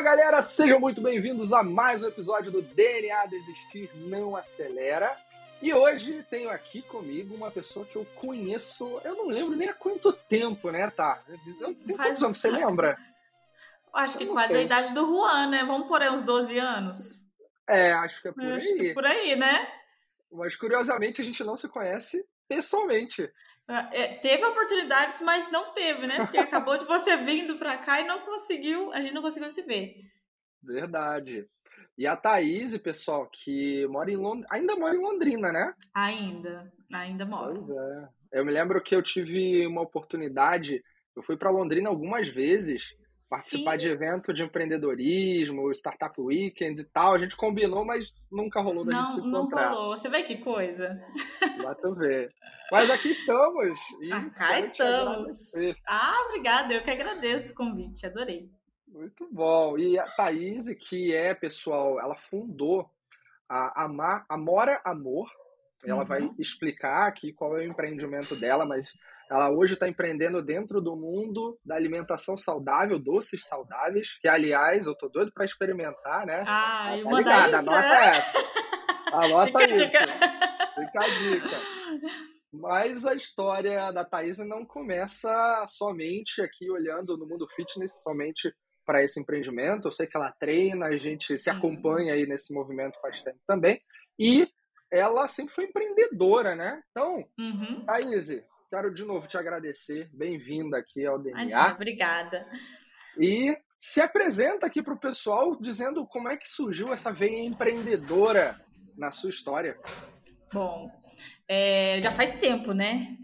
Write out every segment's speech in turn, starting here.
galera, sejam muito bem-vindos a mais um episódio do DNA Desistir Não Acelera. E hoje tenho aqui comigo uma pessoa que eu conheço, eu não lembro nem há quanto tempo, né, tá? Tem quantos anos, você lembra? Acho que quase a idade do Juan, né? Vamos por aí uns 12 anos. Acho que é por aí. Acho que por aí, né? Mas curiosamente a gente não se conhece pessoalmente. Teve oportunidades, mas não teve, né? Porque acabou de você vindo pra cá e a gente não conseguiu se ver. Verdade. E a Thaís, pessoal, que mora ainda mora em Londrina, né? Ainda mora. Pois é. Eu me lembro que eu tive uma oportunidade, eu fui para Londrina algumas vezes, participar Sim. de evento de empreendedorismo, Startup Weekends e tal. A gente combinou, mas nunca rolou da gente se Não encontrar. rolou. Você vê que coisa? Lá tu vê. Mas aqui estamos e Cá quero te estamos. agradecer. Obrigada. Eu que agradeço o convite. Adorei. Muito bom. E a Thaís, que é, pessoal, ela fundou a Amora Amor. Ela vai explicar aqui qual é o empreendimento dela, mas ela hoje está empreendendo dentro do mundo da alimentação saudável, doces saudáveis, que, aliás, eu tô doido para experimentar, né? E Tá manda ligado? aí Anota essa. Anota Fica a isso. dica. Fica a dica. Mas a história da Thaís não começa somente aqui olhando no mundo fitness, somente para esse empreendimento. Eu sei que ela treina, a gente se acompanha aí nesse movimento faz tempo também. E ela sempre foi empreendedora, né? Então, Thaís, quero de novo te agradecer. Bem-vinda aqui ao DNA. Imagina, obrigada. E se apresenta aqui para o pessoal dizendo como é que surgiu essa veia empreendedora na sua história. Bom, já faz tempo, né?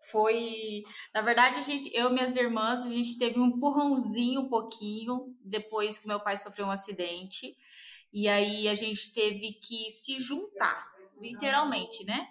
Na verdade, eu e minhas irmãs, a gente teve um empurrãozinho um pouquinho depois que meu pai sofreu um acidente. E aí a gente teve que se juntar, literalmente, né?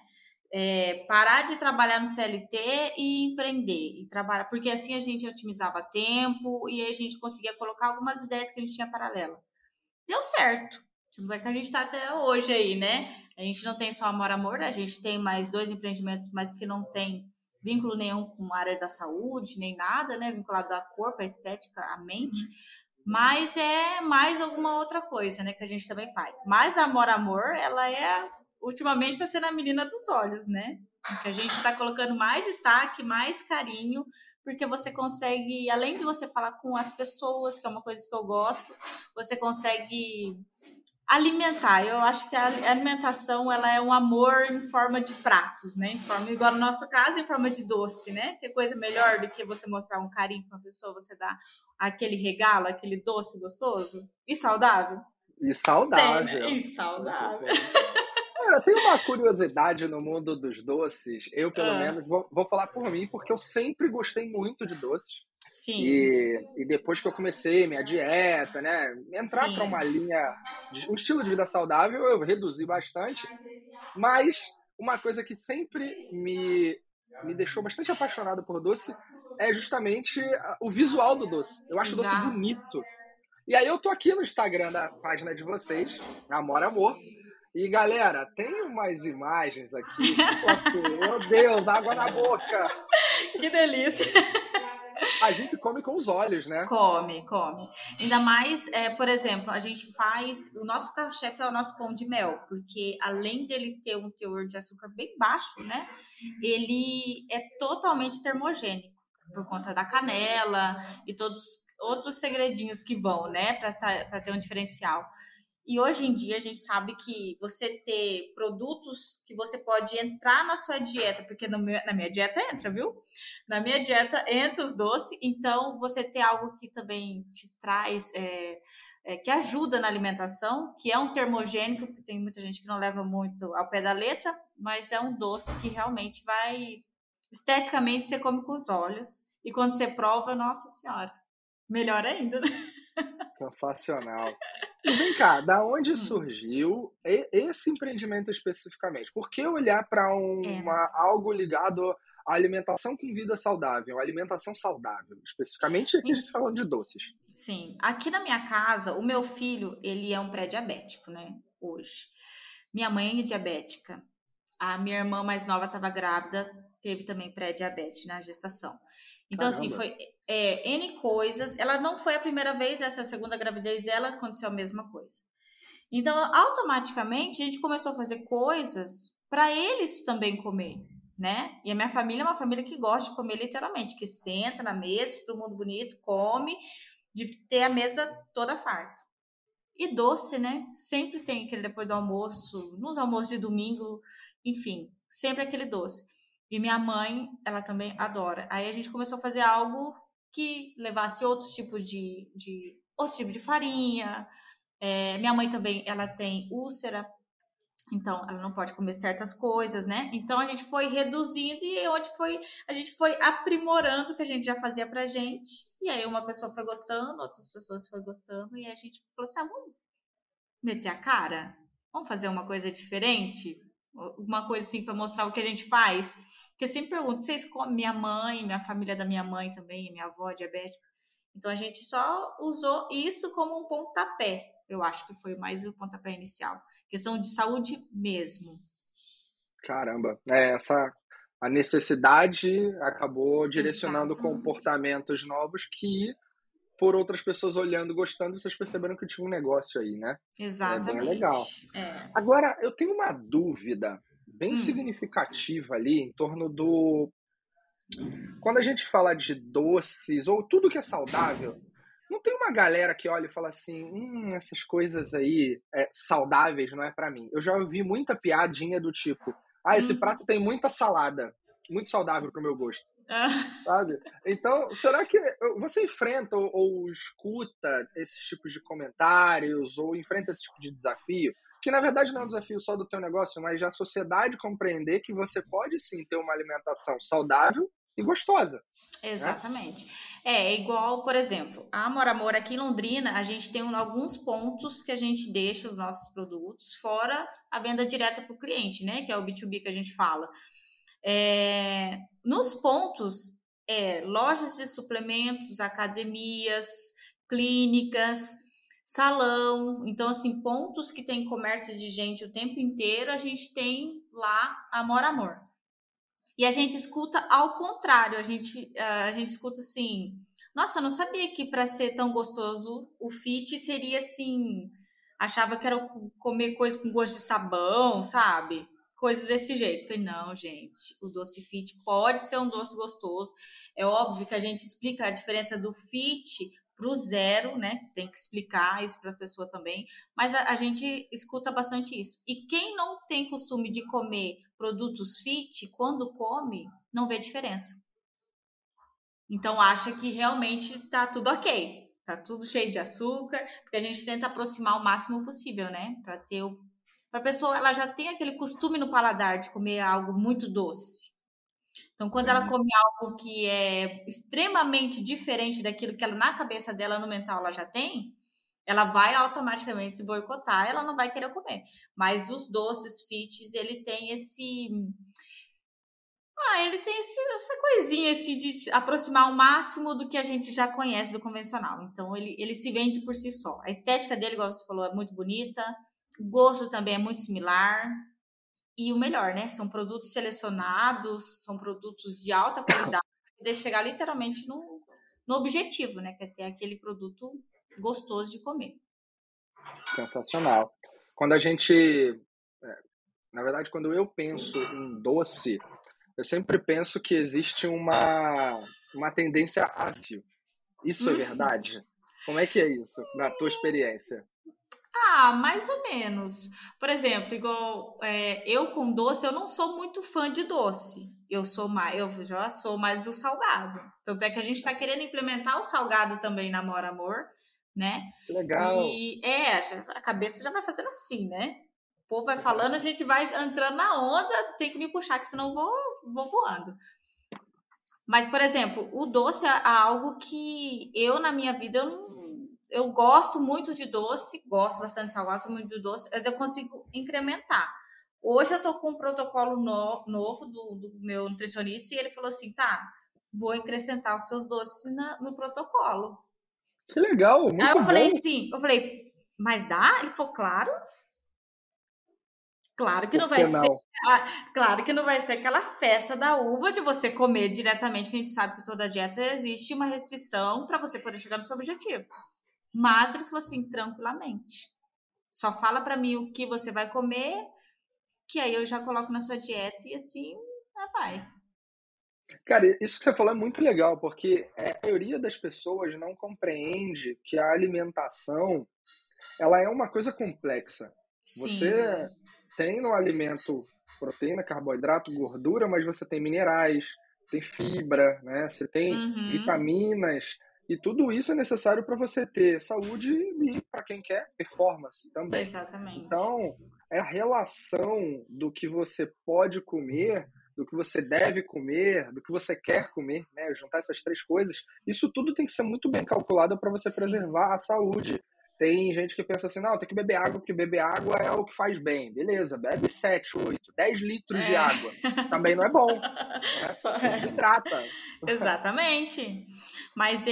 Parar de trabalhar no CLT e empreender e trabalhar, porque assim a gente otimizava tempo e a gente conseguia colocar algumas ideias que a gente tinha paralela. Deu certo. Tanto é que a gente está até hoje aí, né? A gente não tem só Amor Amor, a gente tem mais 2 empreendimentos, mas que não tem vínculo nenhum com a área da saúde, nem nada, né? Vinculado ao corpo, à estética, à mente. Mas é mais alguma outra coisa, né? Que a gente também faz. Mas a Amor Amor, ela ultimamente está sendo a menina dos olhos, né? Que a gente está colocando mais destaque, mais carinho, porque você consegue, além de você falar com as pessoas, que é uma coisa que eu gosto, você consegue alimentar. Eu acho que a alimentação, ela é um amor em forma de pratos, né? Igual no nosso caso, em forma de doce, né? Tem coisa melhor do que você mostrar um carinho para uma pessoa, você dar aquele regalo, aquele doce gostoso e saudável? E saudável. Tem, né? E saudável. Cara, tem uma curiosidade no mundo dos doces. Eu, pelo menos, vou falar por mim, porque eu sempre gostei muito de doces. Sim. E depois que eu comecei minha dieta, né, entrar para uma linha, um estilo de vida saudável, eu reduzi bastante. Mas uma coisa que sempre me deixou bastante apaixonado por doce é justamente o visual do doce. Eu acho o doce bonito. E aí eu tô aqui no Instagram da página de vocês, Amor Amor. E galera, tem umas imagens aqui, tipo assim, meu Deus, água na boca. Que delícia. A gente come com os olhos, né? Come. Ainda mais, por exemplo, a gente faz... O nosso carro-chefe é o nosso pão de mel, porque além dele ter um teor de açúcar bem baixo, né? Ele é totalmente termogênico, por conta da canela e todos outros segredinhos que vão, né? Para ter um diferencial. E hoje em dia a gente sabe que você ter produtos que você pode entrar na sua dieta, porque na minha dieta entra, viu? Na minha dieta entra os doces, então você ter algo que também te traz, que ajuda na alimentação, que é um termogênico, porque tem muita gente que não leva muito ao pé da letra, mas é um doce que realmente vai, esteticamente você come com os olhos, e quando você prova, nossa senhora, melhor ainda, né? Sensacional. E vem cá, da onde surgiu esse empreendimento especificamente? Por que olhar para algo ligado à alimentação com vida saudável, alimentação saudável, especificamente aqui a gente falando de doces? Sim, aqui na minha casa, o meu filho, ele é um pré-diabético, né, hoje. Minha mãe é diabética. A minha irmã mais nova estava grávida, teve também pré-diabetes na gestação. Então, assim, Caramba. foi N coisas. Ela não foi a primeira vez, essa segunda gravidez dela aconteceu a mesma coisa. Então, automaticamente, a gente começou a fazer coisas para eles também comer, né? E a minha família é uma família que gosta de comer literalmente, que senta na mesa, todo mundo bonito, come, de ter a mesa toda farta. E doce, né? Sempre tem aquele depois do almoço, nos almoços de domingo, enfim, sempre aquele doce. E minha mãe, ela também adora. Aí a gente começou a fazer algo que levasse outros tipos outro tipo de farinha. Minha mãe também, ela tem úlcera, então ela não pode comer certas coisas, né? Então a gente foi reduzindo e a gente foi aprimorando o que a gente já fazia pra gente. E aí uma pessoa foi gostando, outras pessoas foram gostando, e a gente falou assim: vamos meter a cara? Vamos fazer uma coisa diferente? Uma coisa assim para mostrar o que a gente faz? Porque eu sempre pergunto: vocês comem? Minha mãe, minha família da minha mãe também, minha avó é diabética. Então a gente só usou isso como um pontapé. Eu acho que foi mais o pontapé inicial. Questão de saúde mesmo. Caramba. A necessidade acabou direcionando Exato. comportamentos novos que, por outras pessoas olhando, gostando, vocês perceberam que tinha um negócio aí, né? É bem legal. Exatamente. Agora, eu tenho uma dúvida bem Hum. significativa ali em torno do. Quando a gente fala de doces ou tudo que é saudável, não tem uma galera que olha e fala assim: essas coisas aí saudáveis não é pra mim. Eu já ouvi muita piadinha do tipo: esse prato tem muita salada, muito saudável pro meu gosto. Sabe? Então, será que você enfrenta ou escuta esses tipos de comentários ou enfrenta esse tipo de desafio? Que na verdade não é um desafio só do teu negócio, mas da sociedade compreender que você pode sim ter uma alimentação saudável e gostosa, né? Exatamente. É igual, por exemplo, a Amor Amor aqui em Londrina, a gente tem alguns pontos que a gente deixa os nossos produtos, fora a venda direta para o cliente, né? Que é o B2B que a gente fala. Nos pontos, lojas de suplementos, academias, clínicas, salão. Então, assim, pontos que tem comércio de gente o tempo inteiro, a gente tem lá Amor Amor. E a gente escuta ao contrário, a gente escuta assim: nossa, eu não sabia que para ser tão gostoso o fit seria assim. Achava que era comer coisa com gosto de sabão, sabe? Coisas desse jeito. Falei: não, gente, o doce fit pode ser um doce gostoso. É óbvio que a gente explica a diferença do fit pro zero, né? Tem que explicar isso para a pessoa também. Mas a gente escuta bastante isso. E quem não tem costume de comer produtos fit, quando come, não vê diferença. Então acha que realmente tá tudo ok. Tá tudo cheio de açúcar, porque a gente tenta aproximar o máximo possível, né? Para a pessoa, ela já tem aquele costume no paladar de comer algo muito doce. Então, quando ela Sim. come algo que é extremamente diferente daquilo que ela, na cabeça dela, no mental, ela já tem, ela vai automaticamente se boicotar, ela não vai querer comer. Mas os doces fits, ele tem essa coisinha assim, de aproximar o máximo do que a gente já conhece do convencional. Então, ele se vende por si só. A estética dele, igual você falou, é muito bonita. O gosto também é muito similar. E o melhor, né? São produtos selecionados, são produtos de alta qualidade, de chegar literalmente no objetivo, né? Que é ter aquele produto gostoso de comer. Sensacional. Quando a gente, na verdade, quando eu penso em doce, eu sempre penso que existe uma tendência a vício. Isso é verdade? Como é que é isso, na tua experiência? Mais ou menos. Por exemplo, igual eu com doce, eu não sou muito fã de doce. Eu já sou mais do salgado. Tanto é que a gente está querendo implementar o salgado também na Mora Amor, né? Que legal. E a cabeça já vai fazendo assim, né? O povo vai falando, a gente vai entrando na onda, tem que me puxar, que senão eu vou voando. Mas, por exemplo, o doce é algo que na minha vida, eu gosto muito de doce, gosto bastante de sal, gosto muito de doce, mas eu consigo incrementar. Hoje eu tô com um protocolo novo do meu nutricionista e ele falou assim: tá, vou acrescentar os seus doces no protocolo. Que legal, Aí muito eu falei bom. sim, mas dá? Ele falou, claro. Claro que Por não vai que ser, não? claro que não vai ser aquela festa da uva de você comer diretamente, que a gente sabe que toda dieta existe uma restrição para você poder chegar no seu objetivo. Mas ele falou assim, tranquilamente. Só fala para mim o que você vai comer, que aí eu já coloco na sua dieta e assim vai. Cara, isso que você falou é muito legal, porque a maioria das pessoas não compreende que a alimentação, ela é uma coisa complexa. Você Sim. tem no alimento proteína, carboidrato, gordura, mas você tem minerais, tem fibra, né? Você tem Uhum. vitaminas, e tudo isso é necessário para você ter saúde e, para quem quer, performance também. Exatamente. Então, é a relação do que você pode comer, do que você deve comer, do que você quer comer, né? Juntar essas três coisas, isso tudo tem que ser muito bem calculado para você Sim. preservar a saúde. Tem gente que pensa assim, não, tem que beber água, porque beber água é o que faz bem. Beleza, bebe 7, 8, 10 litros de É. água. Também não é bom, né? Só Você é. desidrata. Exatamente. Mas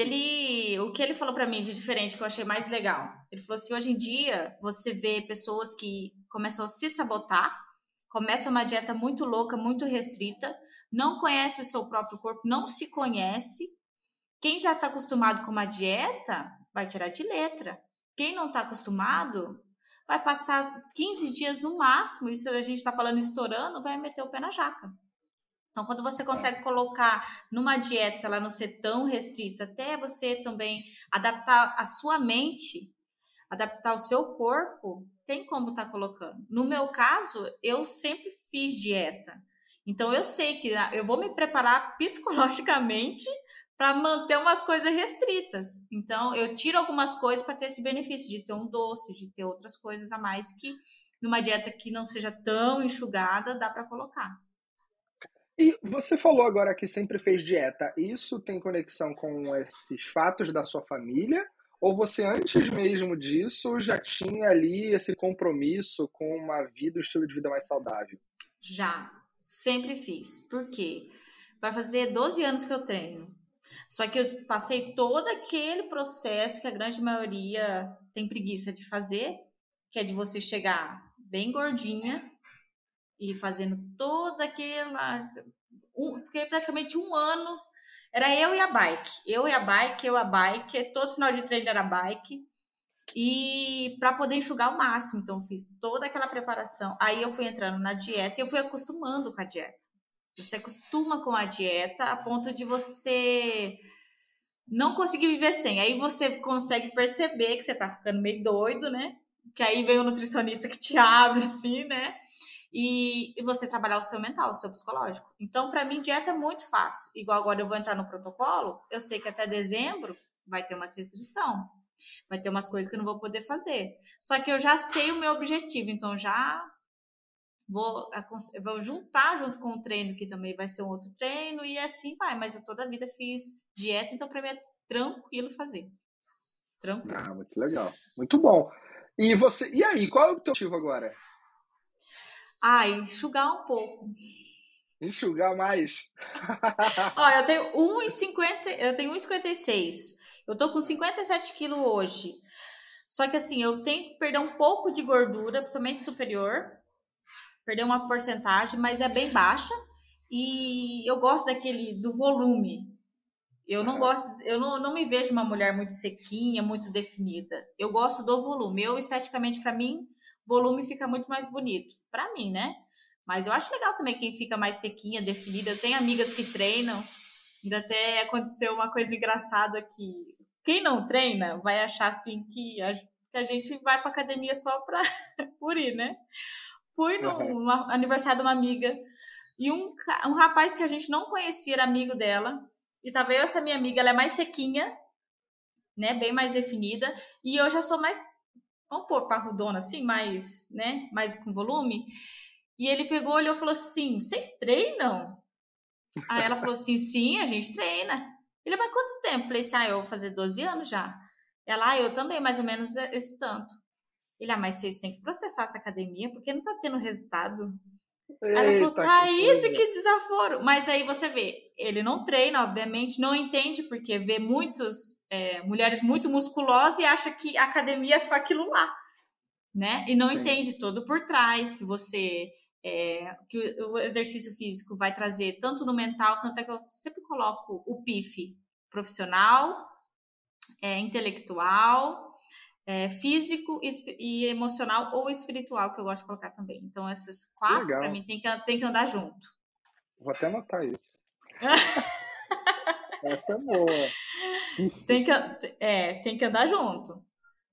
o que ele falou para mim de diferente que eu achei mais legal, ele falou assim, hoje em dia você vê pessoas que começam a se sabotar, começam uma dieta muito louca, muito restrita, não conhece o seu próprio corpo, não se conhece. Quem já está acostumado com uma dieta vai tirar de letra. Quem não está acostumado vai passar 15 dias no máximo, isso a gente está falando estourando, vai meter o pé na jaca. Então, quando você É. consegue colocar numa dieta, ela não ser tão restrita, até você também adaptar a sua mente, adaptar o seu corpo, tem como estar colocando. No meu caso, eu sempre fiz dieta. Então, eu sei que eu vou me preparar psicologicamente para manter umas coisas restritas. Então, eu tiro algumas coisas para ter esse benefício de ter um doce, de ter outras coisas a mais que numa dieta que não seja tão enxugada, dá para colocar. E você falou agora que sempre fez dieta. Isso tem conexão com esses fatos da sua família? Ou você, antes mesmo disso, já tinha ali esse compromisso com uma vida, um estilo de vida mais saudável? Já, sempre fiz. Por quê? Vai fazer 12 anos que eu treino. Só que eu passei todo aquele processo que a grande maioria tem preguiça de fazer, que é de você chegar bem gordinha e fazendo toda aquela. Fiquei praticamente um ano. Era eu e a bike. Eu a bike. Todo final de treino era bike. E para poder enxugar o máximo. Então, fiz toda aquela preparação. Aí eu fui entrando na dieta e eu fui acostumando com a dieta. Você acostuma com a dieta a ponto de você não conseguir viver sem. Aí você consegue perceber que você tá ficando meio doido, né? Que aí vem o nutricionista que te abre, assim, né? E você trabalhar o seu mental, o seu psicológico. Então, para mim, dieta é muito fácil. Igual agora eu vou entrar no protocolo, eu sei que até dezembro vai ter uma restrição. Vai ter umas coisas que eu não vou poder fazer. Só que eu já sei o meu objetivo, então já vou juntar junto com o treino, que também vai ser um outro treino, e assim vai. Mas eu toda a vida fiz dieta, então para mim é tranquilo fazer. Tranquilo. Ah, muito legal. Muito bom. E aí, qual é o teu objetivo agora? Enxugar um pouco. Enxugar mais? Ó, eu tenho 1,50, eu tenho 1,56. Eu tô com 57 quilos hoje. Só que assim, eu tenho que perder um pouco de gordura, principalmente superior, perder uma porcentagem, mas é bem baixa. E eu gosto do volume. Eu não Aham. gosto, eu não me vejo uma mulher muito sequinha, muito definida. Eu gosto do volume. Eu, esteticamente, para mim, volume fica muito mais bonito. Para mim, né? Mas eu acho legal também quem fica mais sequinha, definida. Eu tenho amigas que treinam. Ainda até aconteceu uma coisa engraçada que quem não treina vai achar assim que a gente vai para academia só para por ir, né? Fui Aham. no aniversário de uma amiga e um rapaz que a gente não conhecia era amigo dela. E tava eu, essa minha amiga, ela é mais sequinha, né? Bem mais definida. E eu já sou mais, vamos pôr, parrudona assim, mais, né? Mais com volume. E ele pegou, olhou e falou assim: vocês treinam? Aí ela falou assim: sim, a gente treina. Ele, mas quanto tempo? Eu falei assim: eu vou fazer 12 anos já. Ela, eu também, mais ou menos esse tanto. Ele, mas vocês têm que processar essa academia porque não tá tendo resultado. Aí ela falou, Eita, que Thaís, coisa. que desaforo. Mas aí você vê, ele não treina, obviamente, não entende, porque vê muitas mulheres muito musculosas e acha que a academia é só aquilo lá. né? E não Sim. entende todo por trás que que o exercício físico vai trazer tanto no mental, tanto é que eu sempre coloco o PIF profissional, intelectual, físico e emocional ou espiritual, que eu gosto de colocar também. Então, essas Que 4, para legal. mim, tem que andar junto. Vou até anotar isso. Essa é boa. Tem que, tem que andar junto.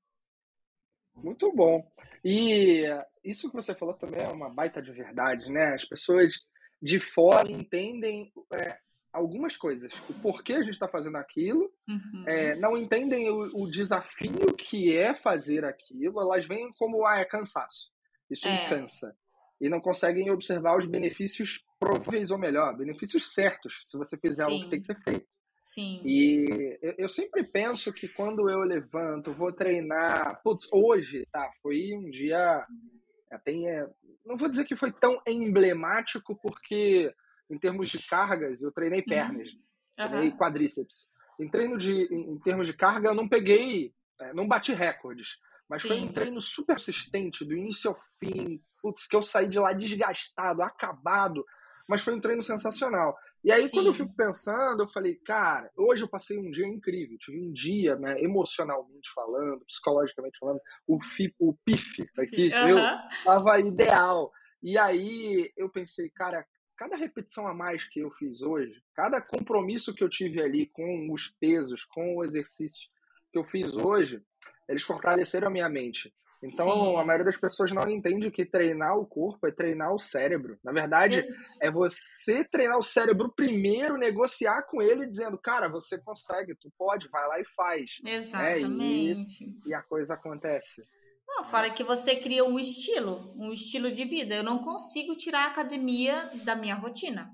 Muito bom. E isso que você falou também é uma baita de verdade, né? As pessoas de fora entendem algumas coisas, o porquê a gente está fazendo aquilo, Uhum. não entendem o desafio que é fazer aquilo, elas veem como, é cansaço, isso me É, cansa. E não conseguem observar os benefícios prováveis, ou melhor, benefícios certos, se você fizer o que tem que sim, ser feito. sim. E eu sempre penso que quando eu levanto, vou treinar. Putz, hoje, tá? Foi um dia. Até, não vou dizer que foi tão emblemático, porque em termos de cargas, eu treinei pernas, Uhum. treinei Aham. quadríceps. Em termos de carga, eu não peguei, não bati recordes, mas foi um Sim, treino super consistente, do início ao fim. Putz, que eu saí de lá desgastado, acabado, mas foi um treino sensacional. E aí, quando eu fico sim. pensando, eu falei, cara, hoje eu passei um dia incrível. Tive um dia, né, emocionalmente falando, psicologicamente falando, o PIF aqui, meu, Aham. tava ideal. E aí eu pensei, cara, cada repetição a mais que eu fiz hoje, cada compromisso que eu tive ali com os pesos, com o exercício que eu fiz hoje, eles fortaleceram a minha mente. Então, a Sim. maioria das pessoas não entende que treinar o corpo é treinar o cérebro. Na verdade, Ex é você treinar o cérebro primeiro, negociar com ele, dizendo, cara, você consegue, tu pode, vai lá e faz. Né? Exatamente. E a coisa acontece. Não, Né? fora que você cria um estilo de vida. Eu não consigo tirar a academia da minha rotina.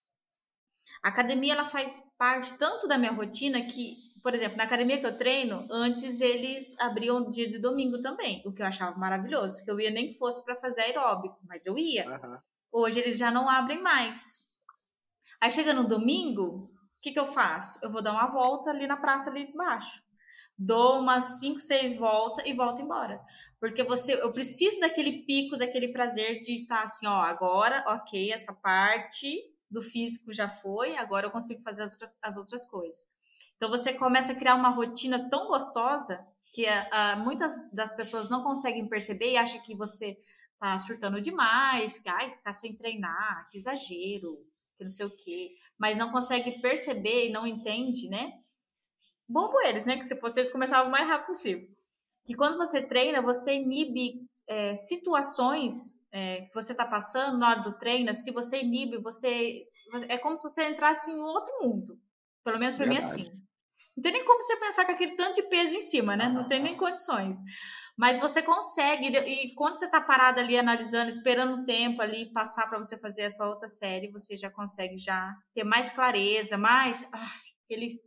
A academia ela faz parte tanto da minha rotina que, por exemplo, na academia que eu treino, antes eles abriam dia de domingo também, o que eu achava maravilhoso, que eu ia nem que fosse para fazer aeróbico, mas eu ia. Aham. Hoje eles já não abrem mais. Aí chega no domingo, o que eu faço? Eu vou dar uma volta ali na praça ali embaixo. Dou umas 5, 6 voltas e volto embora. Porque eu preciso daquele pico, daquele prazer de estar assim, ó, agora, ok, essa parte do físico já foi, agora eu consigo fazer as outras coisas. Então você começa a criar uma rotina tão gostosa que muitas das pessoas não conseguem perceber e acham que você tá surtando demais, que ai, tá sem treinar, que exagero, que não sei o quê, mas não consegue perceber e não entende, né? Bom por eles, né? Que se vocês começavam o mais rápido possível. Que quando você treina, você inibe situações que você está passando na hora do treino. Se você inibe, é como se você entrasse em outro mundo. Pelo menos para mim é Verdade. assim. Não tem nem como você pensar com aquele tanto de peso em cima, né? Não tem nem condições. Mas você consegue, e quando você está parado ali analisando, esperando o tempo ali passar para você fazer a sua outra série, você já consegue já ter mais clareza, mais aquele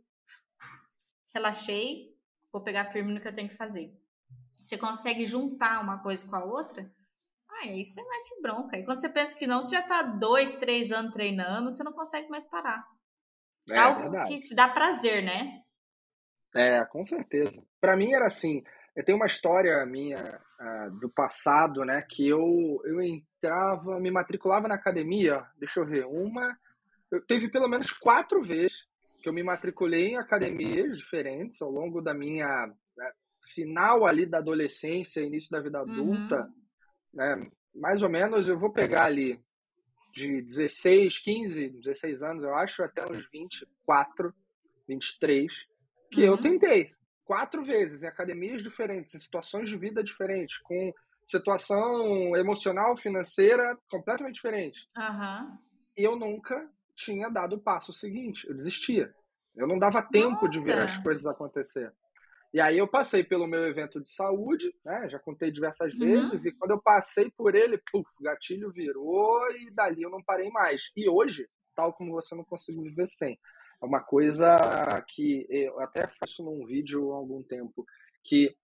relaxei, vou pegar firme no que eu tenho que fazer. Você consegue juntar uma coisa com a outra, aí você mete bronca. E quando você pensa que não, você já está 2, 3 anos treinando, você não consegue mais parar. É É algo verdade. que te dá prazer, né? Com certeza. Para mim era assim, eu tenho uma história minha, do passado, né, que eu entrava, me matriculava na academia, deixa eu ver, teve pelo menos 4 vezes que eu me matriculei em academias diferentes ao longo da minha, final ali da adolescência, início da vida adulta, Uhum. né, mais ou menos eu vou pegar ali de 16, 15, 16 anos, eu acho, até uns 24, 23, que eu Uhum. tentei 4 vezes em academias diferentes, em situações de vida diferentes, com situação emocional, financeira completamente diferente. Aham. E eu nunca tinha dado o passo seguinte, eu desistia. Eu não dava tempo de ver as Nossa! coisas acontecer. E aí eu passei pelo meu evento de saúde, né, já contei diversas vezes, Uhum. e quando eu passei por ele, puf, gatilho virou e dali eu não parei mais. E hoje, tal como você, não consigo viver sem. É uma coisa que eu até faço num vídeo há algum tempo, que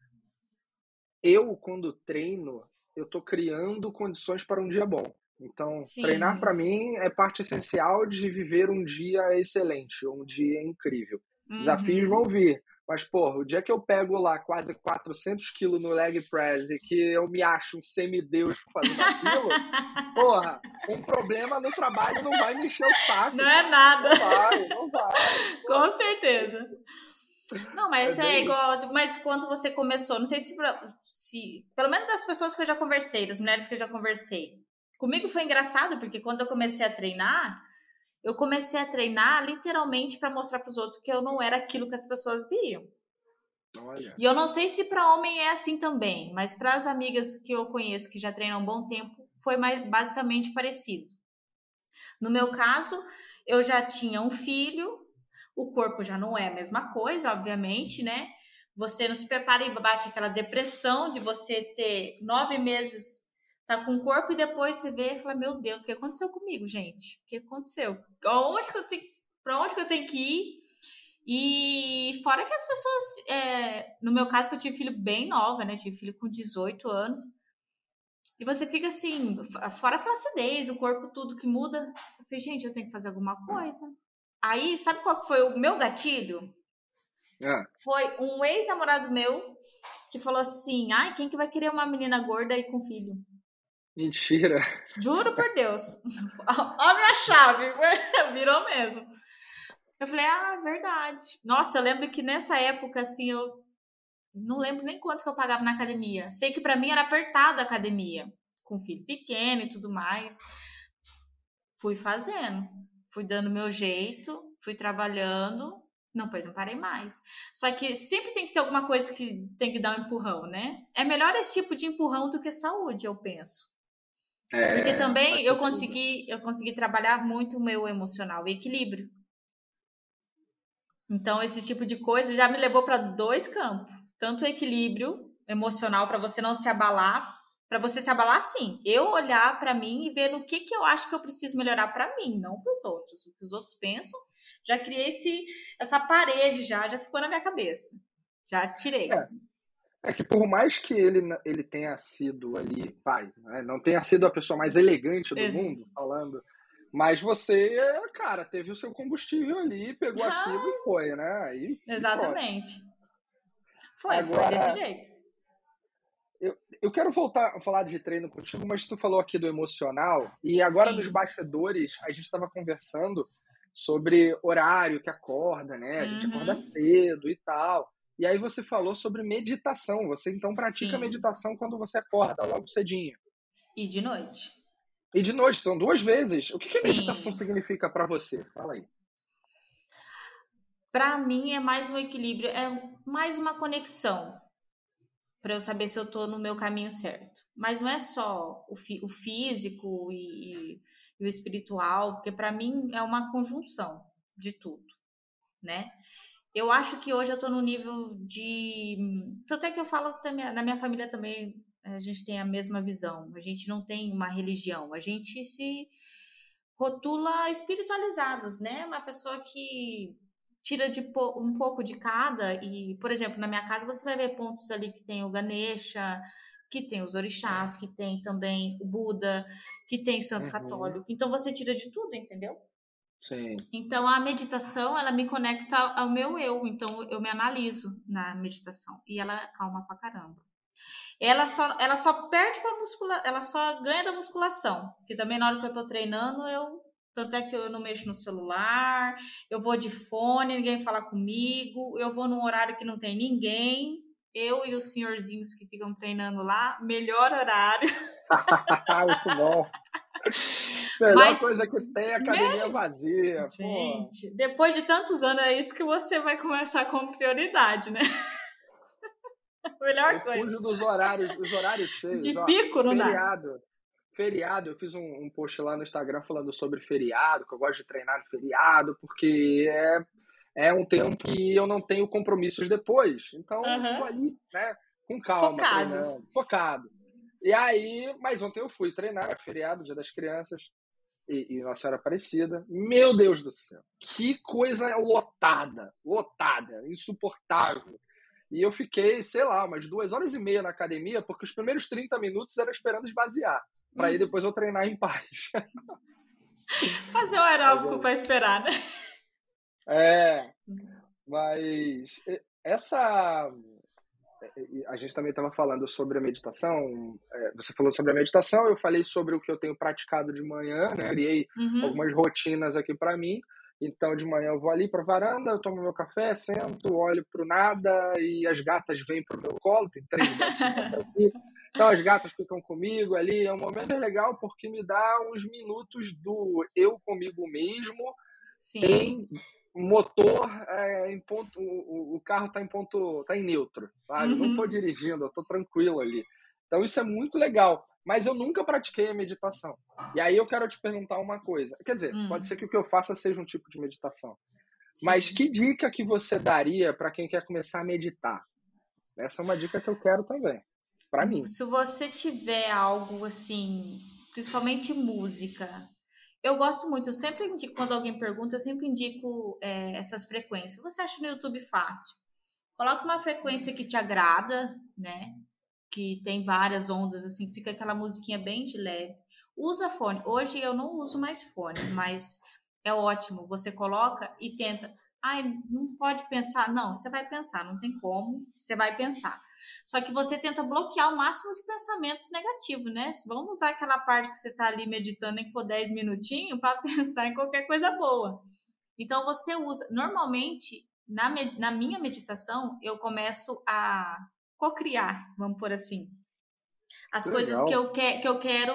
eu, quando treino, eu estou criando condições para um dia bom. Então, treinar para Sim. mim é parte essencial de viver um dia excelente, um dia incrível. Desafios vão Uhum. vir, Mas, porra, o dia que eu pego lá quase 400 quilos no leg press e que eu me acho um semideus fazendo aquilo, porra, um problema no trabalho não vai me encher o saco. Não é nada. Não vai. Com certeza. Não, mas é bem igual. Mas quando você começou, não sei se pelo menos das pessoas que eu já conversei, das mulheres que eu já conversei, comigo foi engraçado, porque quando eu comecei a treinar, literalmente para mostrar para os outros que eu não era aquilo que as pessoas viam. Olha. E eu não sei se para homem é assim também, mas para as amigas que eu conheço que já treinam há um bom tempo, foi basicamente parecido. No meu caso, eu já tinha um filho, o corpo já não é a mesma coisa, obviamente, né? Você não se prepara e bate aquela depressão de você ter 9 meses, tá com o corpo e depois você vê e fala, meu Deus, o que aconteceu comigo, gente? O que aconteceu? Para onde que eu tenho que ir? E fora que as pessoas, no meu caso, que eu tive filho bem nova, né? Tive filho com 18 anos. E você fica assim, fora a flacidez, o corpo, tudo que muda. Eu falei, gente, eu tenho que fazer alguma coisa. Aí, sabe qual foi o meu gatilho? Foi um ex-namorado meu que falou assim, ai, quem que vai querer uma menina gorda aí com filho? Mentira. Juro por Deus. Ó a minha chave, virou mesmo. Eu falei, verdade. Nossa, eu lembro que nessa época, assim, eu não lembro nem quanto que eu pagava na academia. Sei que para mim era apertada a academia, com filho pequeno e tudo mais. Fui fazendo, fui dando meu jeito, fui trabalhando, depois não parei mais. Só que sempre tem que ter alguma coisa que tem que dar um empurrão, né? É melhor esse tipo de empurrão do que saúde, eu penso. Porque também eu consegui trabalhar muito o meu emocional e equilíbrio. Então, esse tipo de coisa já me levou para 2 campos. Tanto o equilíbrio emocional para você não se abalar, para você se abalar sim. Eu olhar para mim e ver no que eu acho que eu preciso melhorar para mim, não para os outros. O que os outros pensam, já criei essa parede, já ficou na minha cabeça. Já tirei. É que por mais que ele tenha sido ali, pai, né, não tenha sido a pessoa mais elegante do mundo, falando, mas você, cara, teve o seu combustível ali, pegou aquilo e foi, né? Exatamente. Foi desse jeito. Eu quero voltar a falar de treino contigo, mas tu falou aqui do emocional, e agora nos bastidores a gente estava conversando sobre horário que acorda, né? A gente acorda cedo e tal. E aí você falou sobre meditação. Você então pratica meditação quando você acorda, logo cedinho. E de noite. E de noite, são 2 vezes. O que a meditação significa para você? Fala aí. Para mim é mais um equilíbrio, é mais uma conexão para eu saber se eu estou no meu caminho certo. Mas não é só o físico e o espiritual, porque para mim é uma conjunção de tudo, né? Eu acho que hoje eu estou no nível de... Tanto é que eu falo também, na minha família também, a gente tem a mesma visão. A gente não tem uma religião, a gente se rotula espiritualizados, né? Uma pessoa que tira um pouco de cada e, por exemplo, na minha casa você vai ver pontos ali que tem o Ganesha, que tem os orixás, que tem também o Buda, que tem Santo Católico. Então você tira de tudo, entendeu? Sim. Então a meditação, ela me conecta ao meu eu, então eu me analiso na meditação e ela calma pra caramba. Ela só perde pra musculação, ela só ganha da musculação, porque também na hora que eu tô treinando, tanto é que eu não mexo no celular, eu vou de fone, ninguém fala comigo, eu vou num horário que não tem ninguém, eu e os senhorzinhos que ficam treinando lá, melhor horário. Muito bom. Melhor coisa que tem é academia vazia. Gente, depois de tantos anos, é isso que você vai começar com prioridade, né? Melhor coisa. Fujo dos horários, os horários cheios. De pico, não dá. Feriado, eu fiz um post lá no Instagram falando sobre feriado, que eu gosto de treinar no feriado, porque é um tempo que eu não tenho compromissos depois. Então, tô ali, né, com calma, treinando, focado. E aí, mas ontem eu fui treinar, feriado, Dia das Crianças, e Nossa Senhora Aparecida. Meu Deus do céu, que coisa lotada, insuportável. E eu fiquei, sei lá, umas 2h30 na academia, porque os primeiros 30 minutos era esperando esvaziar, para aí depois eu treinar em paz. Fazer o aeróbico para esperar, né? Mas essa a gente também estava falando sobre a meditação, você falou sobre a meditação, eu falei sobre o que eu tenho praticado de manhã, né, criei Uhum. algumas rotinas aqui para mim, então de manhã eu vou ali para a varanda, eu tomo meu café, sento, olho para o nada e as gatas vêm para o meu colo, tem 3 gatinhas aqui, então as gatas ficam comigo ali, é um momento bem legal porque me dá uns minutos do eu comigo mesmo, Sim. em motor em ponto, o carro está em ponto, está em neutro, sabe? Eu não estou Uhum. dirigindo, eu estou tranquilo ali. Então isso é muito legal, mas eu nunca pratiquei a meditação. E aí eu quero te perguntar uma coisa. Quer dizer, pode ser que o que eu faça seja um tipo de meditação, mas Sim. que dica que você daria para quem quer começar a meditar? Essa é uma dica que eu quero também, para mim. Se você tiver algo assim, principalmente música, eu gosto muito, eu sempre indico, quando alguém pergunta, eu sempre indico essas frequências. Você acha no YouTube fácil? Coloca uma frequência que te agrada, né? Que tem várias ondas, assim, fica aquela musiquinha bem de leve. Usa fone. Hoje eu não uso mais fone, mas é ótimo. Você coloca e tenta. Ai, não pode pensar. Não, você vai pensar, não tem como. Você vai pensar. Só que você tenta bloquear o máximo de pensamentos negativos, né? Vamos usar aquela parte que você está ali meditando, nem que for 10 minutinhos, para pensar em qualquer coisa boa. Então você usa. Normalmente, na minha meditação, eu começo a cocriar, vamos por assim, as Que coisas legal. que eu quero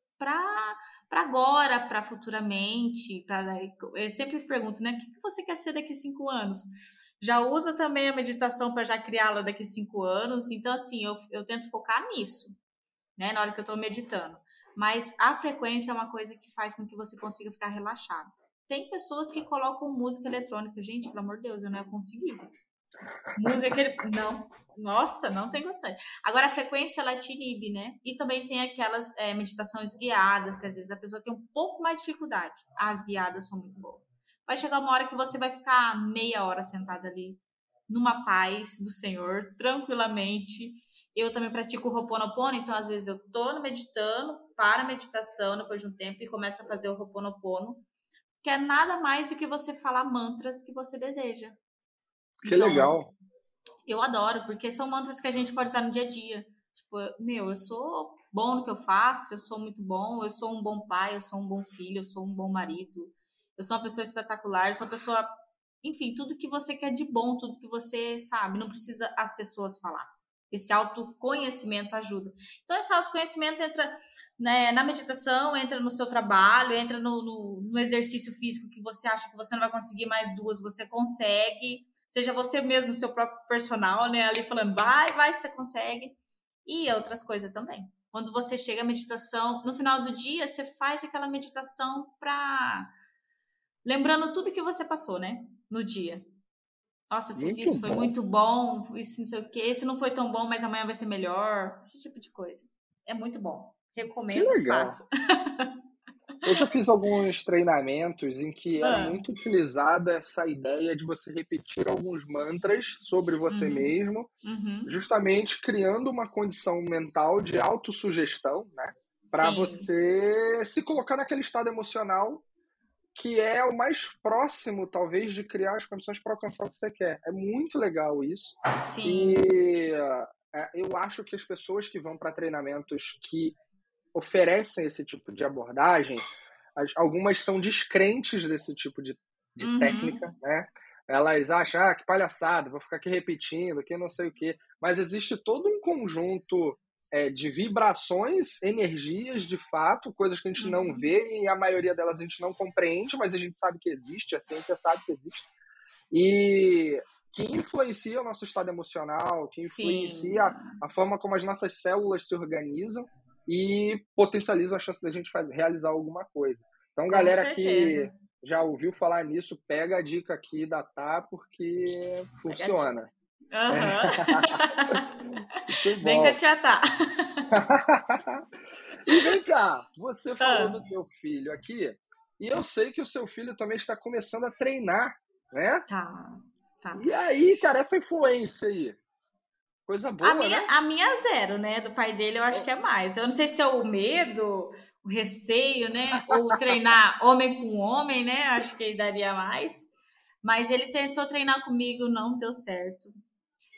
para agora, para futuramente. Eu sempre pergunto, né? O que você quer ser daqui a 5 anos? Já usa também a meditação para já criá-la daqui a 5 anos. Então, assim, eu tento focar nisso, né? Na hora que eu estou meditando. Mas a frequência é uma coisa que faz com que você consiga ficar relaxado. Tem pessoas que colocam música eletrônica. Gente, pelo amor de Deus, eu não ia conseguir. Música que ele. Não. Nossa, não tem condições. Agora, a frequência ela te inibe, né? E também tem aquelas meditações guiadas, que às vezes a pessoa tem um pouco mais de dificuldade. As guiadas são muito boas. Vai chegar uma hora que você vai ficar meia hora sentada ali, numa paz do Senhor, tranquilamente. Eu também pratico o Ho'oponopono, então às vezes eu tô meditando, para a meditação depois de um tempo e começo a fazer o Ho'oponopono, que é nada mais do que você falar mantras que você deseja. Que Então, legal. eu adoro, porque são mantras que a gente pode usar no dia a dia. Tipo, meu, eu sou bom no que eu faço, eu sou muito bom, eu sou um bom pai, eu sou um bom filho, eu sou um bom marido, eu sou uma pessoa espetacular, eu sou uma pessoa. Enfim, tudo que você quer de bom, tudo que você sabe, não precisa as pessoas falar. Esse autoconhecimento ajuda. Então, esse autoconhecimento entra, né, na meditação, entra no seu trabalho, entra no exercício físico que você acha que você não vai conseguir mais duas, você consegue. Seja você mesmo, seu próprio personal, né? Ali falando, vai, você consegue. E outras coisas também. Quando você chega à meditação, no final do dia, você faz aquela meditação para lembrando tudo que você passou, né? No dia. Nossa, eu fiz Muito isso, foi bom. muito bom, isso não sei o quê. Esse não foi tão bom, mas amanhã vai ser melhor. Esse tipo de coisa. É muito bom. Que Recomendo, legal. faça. Eu já fiz alguns treinamentos em que é Ah, muito utilizada essa ideia de você repetir alguns mantras sobre você uhum, mesmo, uhum, justamente criando uma condição mental de autossugestão, né? Para sim, você se colocar naquele estado emocional que é o mais próximo, talvez, de criar as condições para alcançar o que você quer. É muito legal isso. sim. E eu acho que as pessoas que vão para treinamentos que oferecem esse tipo de abordagem, algumas são descrentes desse tipo de técnica, Uhum, né? Elas acham, que palhaçada, vou ficar aqui repetindo, que não sei o quê. Mas existe todo um conjunto de vibrações, energias de fato, coisas que a gente não uhum. vê e a maioria delas a gente não compreende, mas a gente sabe que existe, a ciência sabe que existe. E que influencia o nosso estado emocional, que Sim, influencia a forma como as nossas células se organizam e potencializam a chance da gente realizar alguma coisa. Então, com galera que certeza. já ouviu falar nisso, pega a dica aqui da Tá, porque Pega a dica. funciona. Aham. Muito Vem que a bom. tia tá. E vem cá, você falou Ah, do teu filho aqui, e eu sei que o seu filho também está começando a treinar, né? tá, tá. E aí, cara, essa influência aí, coisa boa, né? A minha é zero, né? Do pai dele eu acho que é mais. Eu não sei se é o medo, o receio, né? Ou treinar homem com homem, né? Acho que daria mais. Mas ele tentou treinar comigo, não deu certo.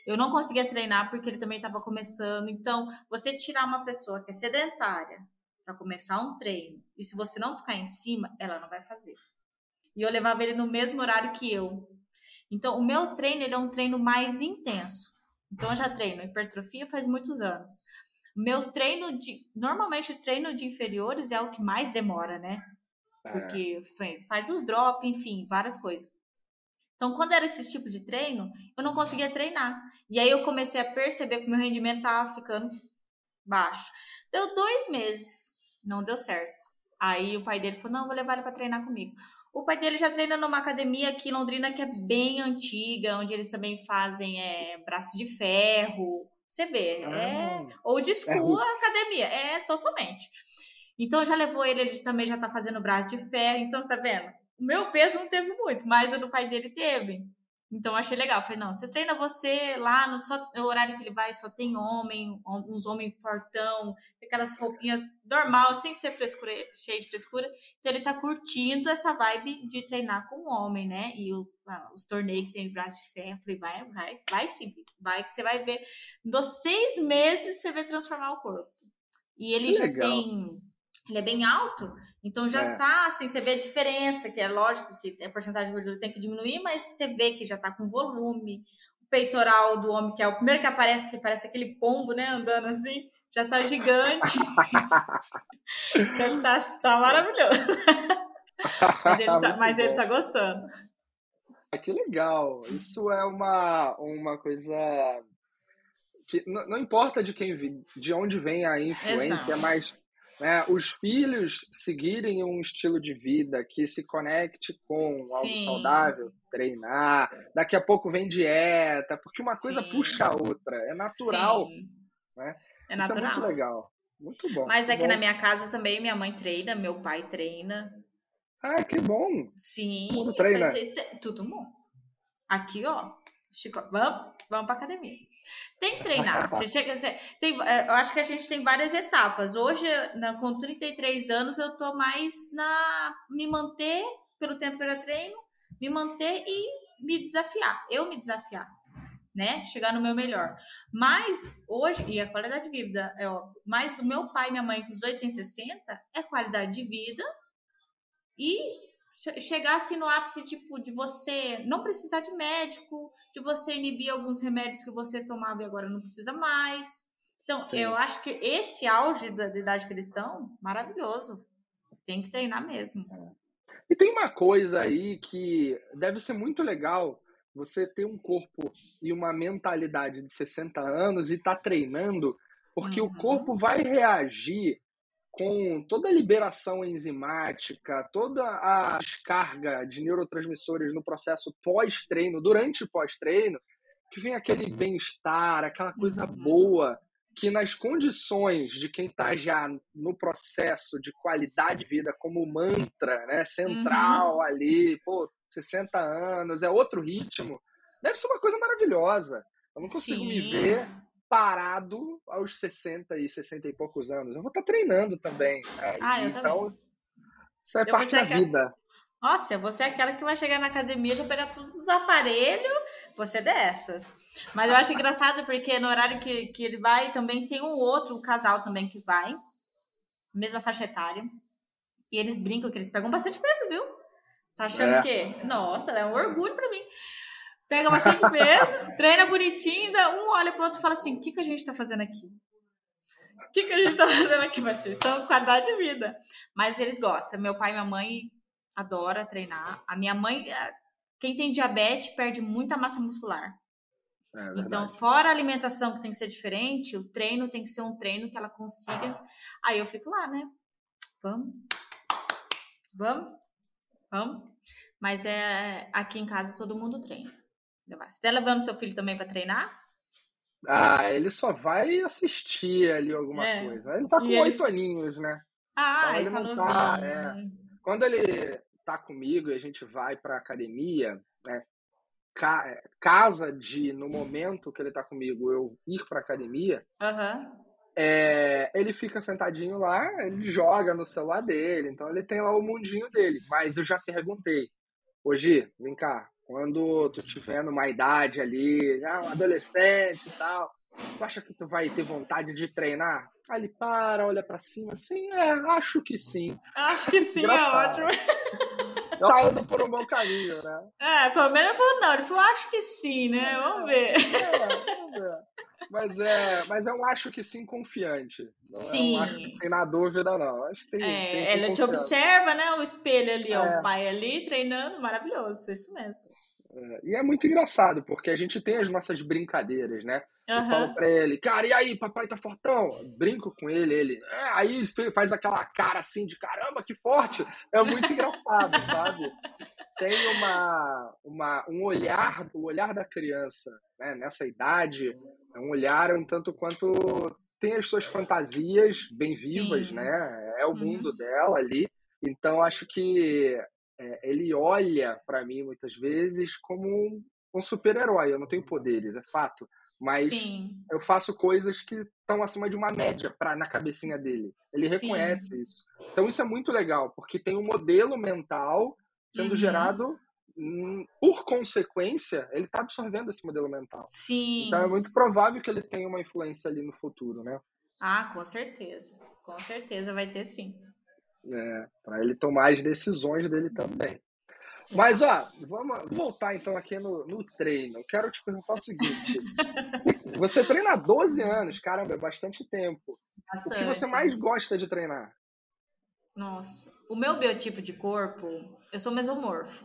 Eu não conseguia treinar porque ele também estava começando. Então, você tirar uma pessoa que é sedentária para começar um treino, e se você não ficar em cima, ela não vai fazer. E eu levava ele no mesmo horário que eu. Então, o meu treino ele é um treino mais intenso. Então, eu já treino hipertrofia faz muitos anos. Meu treino normalmente o treino de inferiores é o que mais demora, né? Porque faz os drop, enfim, várias coisas. Então, quando era esse tipo de treino, eu não conseguia treinar. E aí eu comecei a perceber que o meu rendimento estava ficando baixo. Deu 2 meses, não deu certo. Aí o pai dele falou, não, vou levar ele para treinar comigo. O pai dele já treina numa academia aqui em Londrina que é bem antiga, onde eles também fazem braço de ferro. Você vê, old school a academia. Totalmente. Então já levou ele também já tá fazendo braço de ferro. Então, você tá vendo? O meu peso não teve muito, mas o do pai dele teve. Então, eu achei legal. Falei, não, você treina você lá, no horário que ele vai, só tem uns homens fortão, aquelas roupinhas normal, sem ser frescura, cheio de frescura. Então, ele tá curtindo essa vibe de treinar com o homem, né? E os torneios que tem de braço de ferro. Eu falei, vai sim, vai que você vai ver. Nos 6 meses, você vai transformar o corpo. E ele já tem... Ele é bem alto, então já tá, assim, você vê a diferença, que é lógico que a porcentagem de gordura tem que diminuir, mas você vê que já tá com volume. O peitoral do homem, que é o primeiro que parece aquele pombo, né, andando assim, já tá gigante. Então ele tá maravilhoso. mas ele tá gostando. Que legal. Isso é uma coisa que não importa de onde vem a influência, mas os filhos seguirem um estilo de vida que se conecte com algo saudável, treinar, daqui a pouco vem dieta, porque uma coisa puxa a outra, é natural. Né? É natural. Isso é muito legal, muito bom. Mas que na minha casa também minha mãe treina, meu pai treina. Ah, que bom! Sim, todo mundo treina. Tudo bom. Aqui, ó, Chico, vamos pra academia. Tem que treinar. Eu acho que a gente tem várias etapas. Hoje, com 33 anos, eu tô mais me manter pelo tempo que eu treino, me manter e me desafiar. Eu me desafiar, né? Chegar no meu melhor. Mas hoje, e a qualidade de vida é óbvio, mas o meu pai e minha mãe, que os dois têm 60, é qualidade de vida e chegar assim no ápice, tipo, de você não precisar de médico, de você inibir alguns remédios que você tomava e agora não precisa mais. Então, eu acho que esse auge da idade que eles estão, maravilhoso. Tem que treinar mesmo. E tem uma coisa aí que deve ser muito legal, você ter um corpo e uma mentalidade de 60 anos e tá treinando, porque o corpo vai reagir com toda a liberação enzimática, toda a descarga de neurotransmissores no processo pós-treino, durante o pós-treino, que vem aquele bem-estar, aquela coisa boa, que nas condições de quem está já no processo de qualidade de vida como mantra, né, central ali, 60 anos, é outro ritmo, deve ser uma coisa maravilhosa. Eu não consigo me ver parado aos 60 e poucos anos. Eu vou estar treinando também. Eu também. Isso é parte da vida. Nossa, você é aquela que vai chegar na academia, já pegar todos os aparelhos, você é dessas. Mas eu acho engraçado porque no horário que ele vai, também tem um casal também que vai, mesma faixa etária, e eles brincam que eles pegam bastante peso, viu? Você tá achando que? Nossa, é um orgulho pra mim. Pega bastante peso, treina bonitinho, ainda um olha pro outro e fala assim, o que a gente tá fazendo aqui? O que a gente tá fazendo aqui? Vocês estão com qualidade de vida. Mas eles gostam. Meu pai e minha mãe adora treinar. A minha mãe, quem tem diabetes, perde muita massa muscular. Então, fora a alimentação que tem que ser diferente, o treino tem que ser um treino que ela consiga. Aí eu fico lá, né? Vamos. Mas aqui em casa todo mundo treina. Você tá levando seu filho também para treinar? Ele só vai assistir ali alguma coisa. Ele tá com 8 aninhos, né? Então ele não tá. Quando ele tá comigo e a gente vai pra academia, né? Casa no momento que ele tá comigo, eu ir pra academia, ele fica sentadinho lá, ele joga no celular dele, então ele tem lá o mundinho dele. Mas eu já perguntei, Gi, vem cá, quando tu tiver numa idade ali, um adolescente e tal, tu acha que tu vai ter vontade de treinar? Aí ele para, olha pra cima, assim, acho que sim. Acho que sim, é ótimo. Engraçado. Tá indo por um bom caminho, né? Pelo menos ele falou não, ele falou acho que sim, né? Vamos ver. Vamos ver. Mas é um acho que sim confiante. Não é um acho que Sim. sim na dúvida, não. Acho que tem Ela te confiança. observa, né? O espelho ali, ó, o É, pai ali treinando, maravilhoso, isso mesmo. e é muito engraçado, porque a gente tem as nossas brincadeiras, né? Eu falo Aham. pra ele, cara, e aí, papai tá fortão? Brinco com ele, aí faz aquela cara assim de caramba, que forte. É muito engraçado, sabe? Tem um olhar, o olhar da criança, né, nessa idade, é um olhar um tanto quanto tem as suas fantasias bem vivas, Sim. né? É o Uhum. mundo dela ali. Então, acho que ele olha para mim muitas vezes como um super-herói. Eu não tenho poderes, é fato, mas Sim. eu faço coisas que estão acima de uma média na cabecinha dele. Ele reconhece Sim. isso. Então, isso é muito legal, porque tem um modelo mental sendo Uhum. gerado, por consequência, ele está absorvendo esse modelo mental. Então, é Sim. muito provável que ele tenha uma influência ali no futuro, né? Ah, com certeza. Com certeza vai ter sim. Para ele tomar as decisões dele também. Mas, Exato. vamos voltar então aqui no treino. Quero te perguntar o seguinte: você treina há 12 anos, caramba, é bastante tempo. O que você Bastante. mais gosta de treinar? Nossa. O meu biotipo de corpo, eu sou mesomorfo.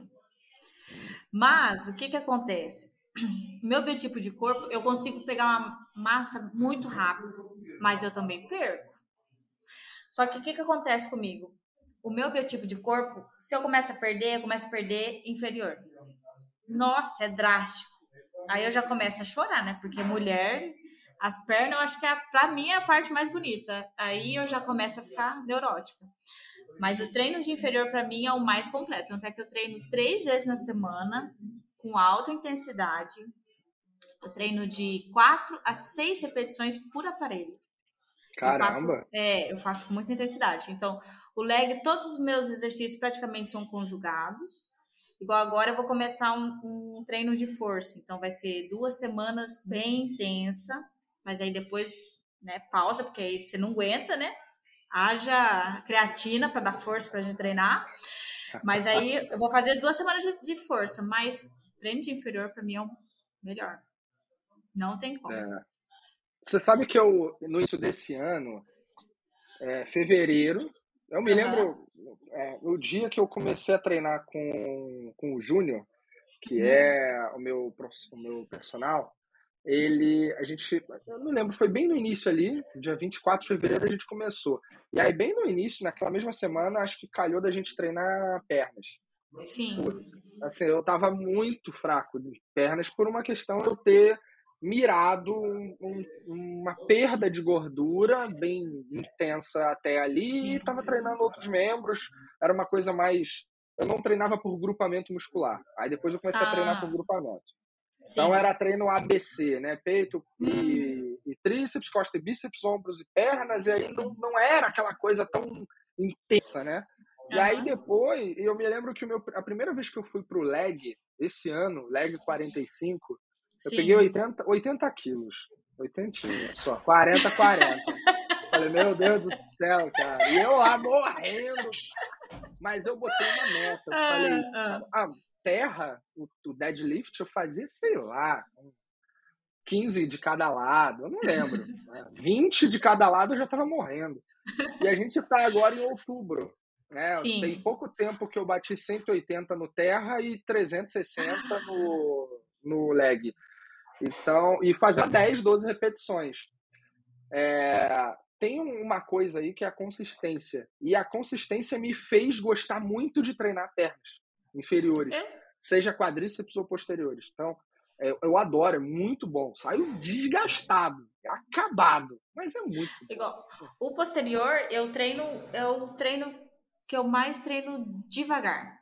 Mas o que que acontece? O meu biotipo de corpo, eu consigo pegar uma massa muito rápido, mas eu também perco. Só que o que que acontece comigo? O meu biotipo de corpo, se eu começo a perder, eu começo a perder inferior. Nossa, é drástico. Aí eu já começo a chorar, né? Porque mulher, as pernas, eu acho que pra mim é a parte mais bonita. Aí eu já começo a ficar neurótica. Mas o treino de inferior para mim é o mais completo. Tanto é que eu treino 3 vezes na semana, com alta intensidade. Eu treino de 4 a 6 repetições por aparelho. Caramba! Eu faço com muita intensidade. Então, o leg, todos os meus exercícios praticamente são conjugados. Igual agora eu vou começar um treino de força. Então, vai ser 2 semanas bem intensa. Mas aí depois, né, pausa, porque aí você não aguenta, né? Haja creatina para dar força para a gente treinar. Mas aí eu vou fazer 2 semanas de força. Mas treino de inferior para mim é o melhor. Não tem como. É. Você sabe que no início desse ano, fevereiro, eu me Aham. lembro, o dia que eu comecei a treinar com o Júnior, que Uhum. é o meu personal, eu não lembro, foi bem no início ali, dia 24 de fevereiro a gente começou. E aí, bem no início, naquela mesma semana, acho que calhou da gente treinar pernas. Sim. Putz, assim, eu tava muito fraco de pernas por uma questão de eu ter mirado uma perda de gordura bem intensa até ali e Sim. tava treinando outros membros. Era uma coisa mais. Eu não treinava por grupamento muscular. Aí depois eu comecei a treinar por Ah, grupamento. Então sim. era treino ABC, né? Peito e tríceps, costa e bíceps, ombros e pernas, e aí não era aquela coisa tão intensa, né? E aí Aham. depois, eu me lembro que a primeira vez que eu fui pro leg, esse ano, leg 45, eu peguei Sim. 80 quilos. 80 só, 40, 40. Falei, meu Deus do céu, cara. E eu lá morrendo. Mas eu botei uma meta. Eu Ah, falei, ah. a terra, o deadlift, eu fazia, sei lá, 15 de cada lado, eu não lembro. Né? 20 de cada lado eu já estava morrendo. E a gente está agora em outubro. Né? Tem Sim. pouco tempo que eu bati 180 no terra e 360 no leg. Então, e fazer 10, 12 repetições. Tem uma coisa aí que é a consistência. E a consistência me fez gostar muito de treinar pernas inferiores, É seja quadríceps ou posteriores. Então, eu adoro, é muito bom. Saio desgastado, acabado, mas é muito bom. igual. O posterior, eu treino que eu mais treino devagar,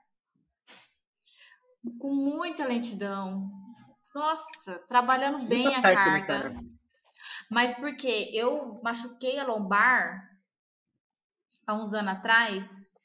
com muita lentidão. Nossa, trabalhando Muita bem a técnica, carga. né? Mas porque eu machuquei a lombar há uns anos atrás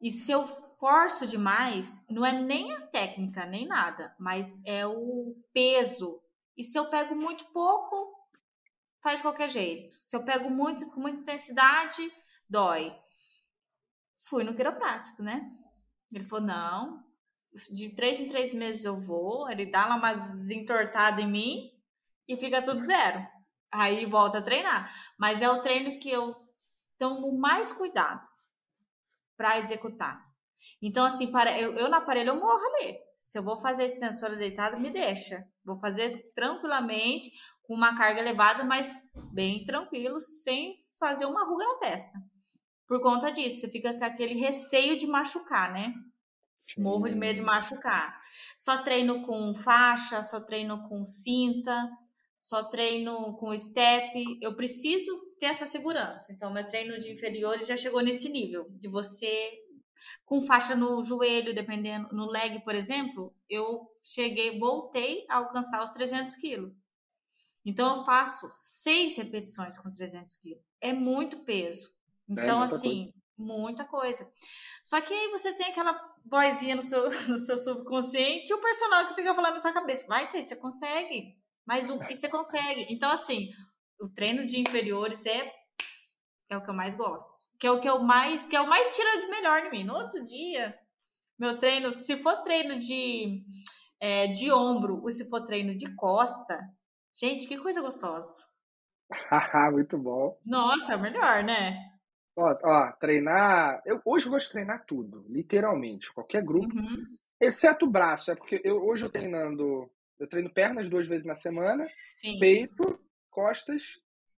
E se eu forço demais, não é nem a técnica, nem nada, mas é o peso. E se eu pego muito pouco, faz de qualquer jeito. Se eu pego muito, com muita intensidade, dói. Fui no quiroprático, né? Ele falou, não, de 3 em 3 meses eu vou, ele dá lá umas desentortadas em mim e fica tudo zero. Aí volta a treinar. Mas é o treino que eu tomo mais cuidado para executar. Então, assim, eu no aparelho eu morro ali. Se eu vou fazer extensora deitada, me deixa. Vou fazer tranquilamente, com uma carga elevada, mas bem tranquilo, sem fazer uma ruga na testa. Por conta disso, você fica com aquele receio de machucar, né? Morro de medo de Sim. machucar. Só treino com faixa, só treino com cinta, só treino com step. Eu preciso ter essa segurança. Então, meu treino de inferiores já chegou nesse nível, de você com faixa no joelho, dependendo, no leg, por exemplo, eu voltei a alcançar os 300 quilos. Então, eu faço 6 repetições com 300 quilos. É muito peso. É Então, muita coisa. assim, muita coisa. Só que aí você tem aquela vozinha no seu, no seu subconsciente e o personal que fica falando na sua cabeça. Vai ter, você consegue. Mais um, e você consegue. Então, assim, o treino de inferiores é o que eu mais gosto. Que é o que que é o mais tira de melhor de mim. No outro dia, meu treino, se for treino de ombro ou se for treino de costa, gente, que coisa gostosa. Muito bom. Nossa, é o melhor, né? Treinar. Hoje eu gosto de treinar tudo, literalmente, qualquer grupo, Uhum, exceto o braço, é porque hoje eu treino pernas 2 vezes na semana, sim, peito, costas,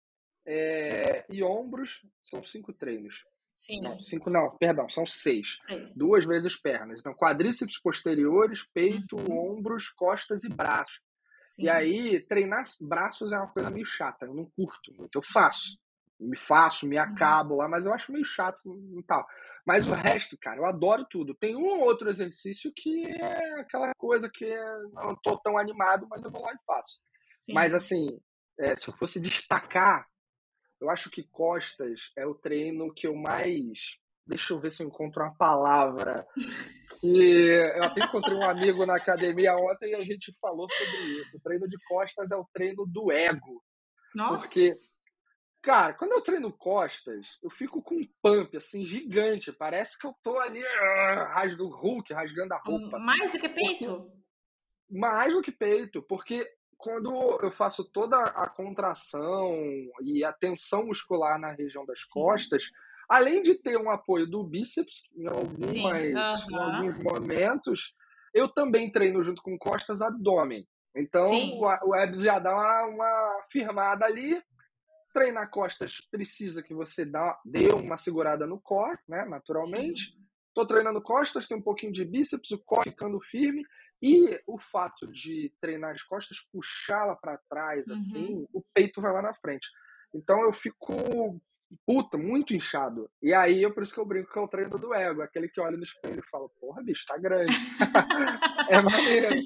e ombros, são 5 treinos. Não, sim, 5 não, perdão, são 6. 6. 2 vezes pernas. Então, quadríceps posteriores, peito, Uhum, ombros, costas e braços. E sim. aí, treinar braços é uma coisa meio chata, eu não curto muito. Eu faço, me acabo lá, mas eu acho meio chato e tal. Mas o resto, cara, eu adoro tudo. Tem um ou outro exercício que é aquela coisa que não tô tão animado, mas eu vou lá e faço. Mas Sim. assim, se eu fosse destacar, eu acho que costas é o treino que eu mais. Deixa eu ver se eu encontro uma palavra. E eu até encontrei um amigo na academia ontem e a gente falou sobre isso. O treino de costas é o treino do ego. Porque, Nossa, cara, quando eu treino costas, eu fico com um pump assim gigante. Parece que eu tô ali rasgando Hulk, rasgando a roupa. mais do que Porque peito? mais do que peito, porque quando eu faço toda a contração e a tensão muscular na região das Sim, costas, além de ter um apoio do bíceps sim. em Aham. alguns momentos, eu também treino junto com costas abdômen. Então Sim. o abs já dá uma firmada ali. Treinar costas precisa que você dê uma segurada no core, né, naturalmente. Sim. Estou treinando costas, tem um pouquinho de bíceps, o core ficando firme. E o fato de treinar as costas, puxá-la para trás, Uhum. assim, o peito vai lá na frente. Então eu fico, puta, muito inchado. E aí, por isso que eu brinco que é o treino do ego, aquele que olha no espelho e fala, porra, bicho, tá grande. É maneiro.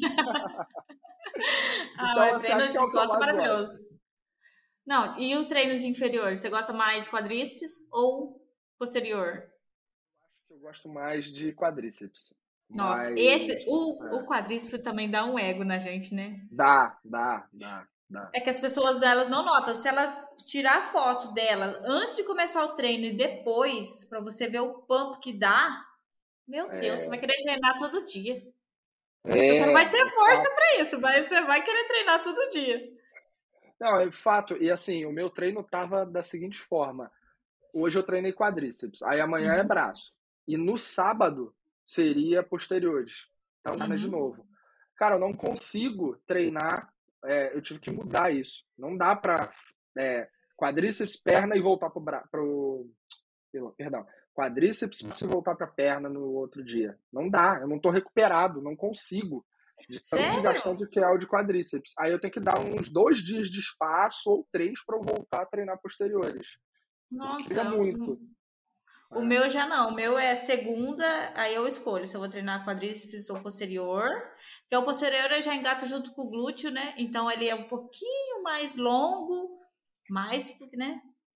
Ah, Então, mas você treino acha que é de o que eu costas é mais gosto? maravilhoso. Não, e o treino de inferior? Você gosta mais de quadríceps ou posterior? Acho que eu gosto mais de quadríceps. Nossa, Mas, o quadríceps também dá um ego na gente, né? dá. É que as pessoas delas não notam. Se elas tirar foto dela antes de começar o treino e depois, para você ver o pump que dá, meu Deus, você vai querer treinar todo dia. Você não vai ter De força fato. para isso, mas você vai querer treinar todo dia. Não, é fato. E assim, o meu treino tava da seguinte forma. Hoje eu treinei quadríceps, aí amanhã é Uhum, braço. E no sábado seria posteriores. Então, nada de uhum. novo. Cara, eu não consigo treinar, eu tive que mudar isso. Não dá pra quadríceps, perna e voltar perdão, quadríceps e voltar pra perna no outro dia. Não dá, eu não tô recuperado, não consigo. De tão Sério? desgastante que é o de quadríceps. Aí eu tenho que dar uns 2 dias de espaço ou 3 para eu voltar a treinar posteriores. Porque Nossa, pega muito. o É, meu já não. O meu é segunda, aí eu escolho se eu vou treinar quadríceps ou posterior. Que é o posterior eu já engato junto com o glúteo, né? Então ele é um pouquinho mais longo, mais, né?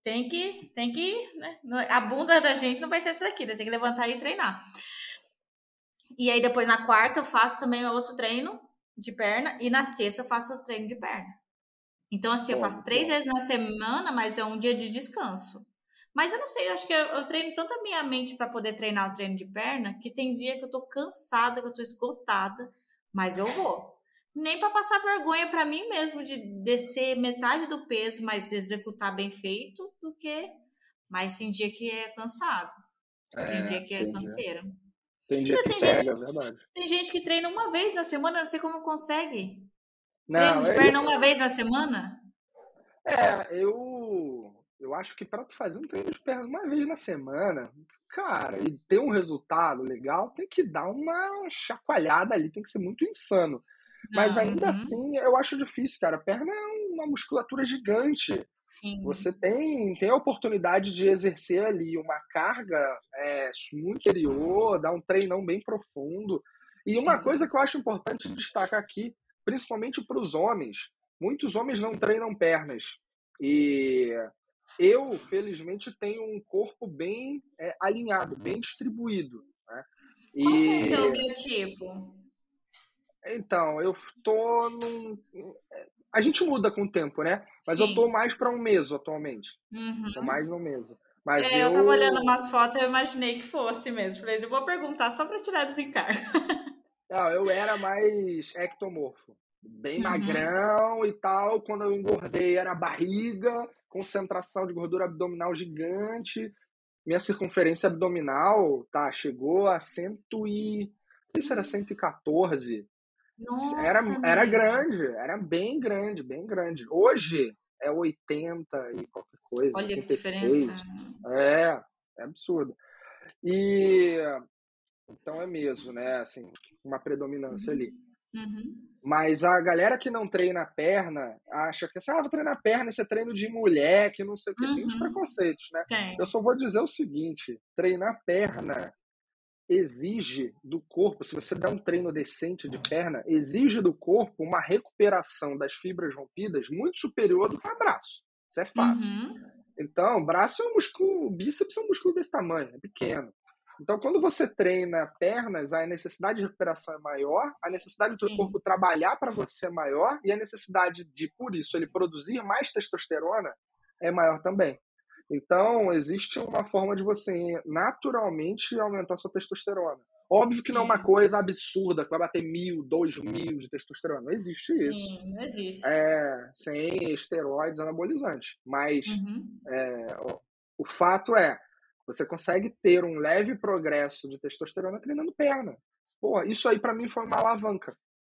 Tem que, né? A bunda da gente não vai ser essa daqui, né? Tem que levantar e treinar. E aí depois na quarta eu faço também outro treino de perna e na sexta eu faço o treino de perna. Então assim, eu Pô, faço muito 3 bom. vezes na semana, mas é um dia de descanso. Mas eu não sei, eu acho que eu treino tanto a minha mente para poder treinar o treino de perna, que tem dia que eu tô cansada, que eu tô esgotada, mas eu vou. Nem para passar vergonha para mim mesmo de descer metade do peso, mas executar bem feito, do que. Mas tem dia que é cansado, tem dia que é Entendi. canseira. Tem dia Ainda que tem gente, pega, é verdade. tem gente que treina uma vez na semana, eu não sei como consegue. Treino Não, de é perna isso. uma vez na semana? Eu acho que para tu fazer um treino de perna uma vez na semana, cara, e ter um resultado legal, tem que dar uma chacoalhada ali, tem que ser muito insano. Mas Não, ainda assim, eu acho difícil, cara. A perna é uma musculatura gigante. Você sim, tem a oportunidade de exercer ali uma carga muito superior, dar um treinão bem profundo. E uma coisa sim. que eu acho importante destacar aqui, principalmente para os homens, muitos homens não treinam pernas. E eu, felizmente, tenho um corpo bem alinhado, bem distribuído. Né? Qual que é o seu E biotipo? então, eu tô num. A gente muda com o tempo, né? Mas eu tô Sim. mais para um meso atualmente. Tô Uhum. mais no meso. Mas Eu tava olhando eu. umas fotos e eu imaginei que fosse mesmo. Falei, não vou perguntar só pra tirar desencargo. Não, eu era mais ectomorfo. Bem Uhum. magrão e tal. Quando eu engordei, era barriga, concentração de gordura abdominal gigante. Minha circunferência abdominal, tá, chegou a cento e. Não sei se era 114. Era, Nossa, era amigo. grande, era bem grande, bem grande. Hoje é 80 e qualquer coisa, Olha que 86. diferença. É absurdo. E então é mesmo, né? Assim, uma predominância ali. Uhum. Mas a galera que não treina a perna acha que assim, vou treinar a perna, isso é treino de mulher, que não sei o que. Tem uns Uhum. preconceitos, né? Eu Tem. só vou dizer o seguinte: treinar perna exige do corpo, se você dá um treino decente de perna, exige do corpo uma recuperação das fibras rompidas muito superior do que o braço. Isso é fato. Uhum. Então, braço é um músculo, o bíceps é um músculo desse tamanho, é pequeno. Então, quando você treina pernas, a necessidade de recuperação é maior, a necessidade do Sim. corpo trabalhar para você é maior e a necessidade de, por isso, ele produzir mais testosterona é maior também. Então, existe uma forma de você naturalmente aumentar sua testosterona. Óbvio que não é uma Sim. coisa absurda, que vai bater 1.000, 2.000 de testosterona. Não existe isso. Sim. Não existe. Sem esteroides anabolizantes. Mas Uhum. o fato é, você consegue ter um leve progresso de testosterona treinando perna. Pô, isso aí para mim foi uma alavanca.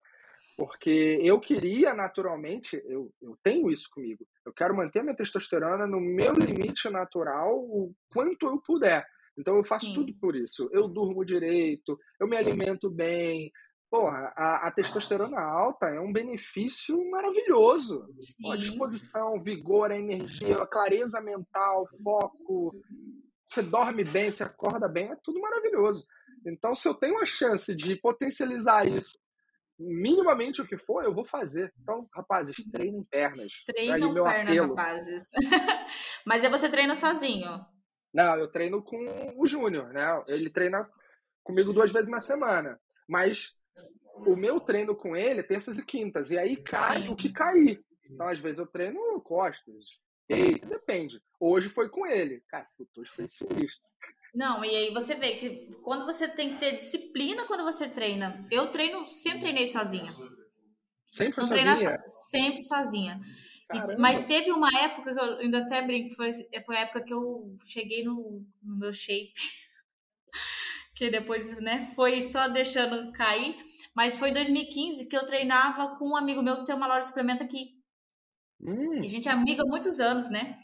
Porque eu queria naturalmente, eu tenho isso comigo. Eu quero manter minha testosterona no meu limite natural o quanto eu puder. Então eu faço tudo Sim. por isso. Eu durmo direito, eu me alimento bem. Porra, a testosterona alta é um benefício maravilhoso. Pô, a Sim. disposição, vigor, a energia, a clareza mental, foco. Você dorme bem, você acorda bem, é tudo maravilhoso. Então, se eu tenho a chance de potencializar isso minimamente o que for, eu vou fazer. Então, rapazes, treinem pernas. É aí o Treinam meu perna, apelo. rapazes. Mas aí você treina sozinho? Não, eu treino com o Júnior, né? Ele treina comigo 2 vezes na semana. Mas o meu treino com ele é terças e quintas. E aí cai o que Sim. cair. Então, às vezes, eu treino costas, peito, depende. Hoje foi com ele. Cara, hoje foi sinistro. Não, e aí você vê que quando você tem que ter disciplina quando você treina. Eu treino, sempre treinei sozinha. Sempre foi Não treinar sozinha? sempre sozinha. Mas Caramba! teve uma época que eu ainda até brinco, foi a época que eu cheguei no meu shape, que depois, né, foi só deixando cair. Mas foi em 2015 que eu treinava com um amigo meu que tem uma loja de suplemento aqui. E a Hum, gente é amiga há muitos anos, né?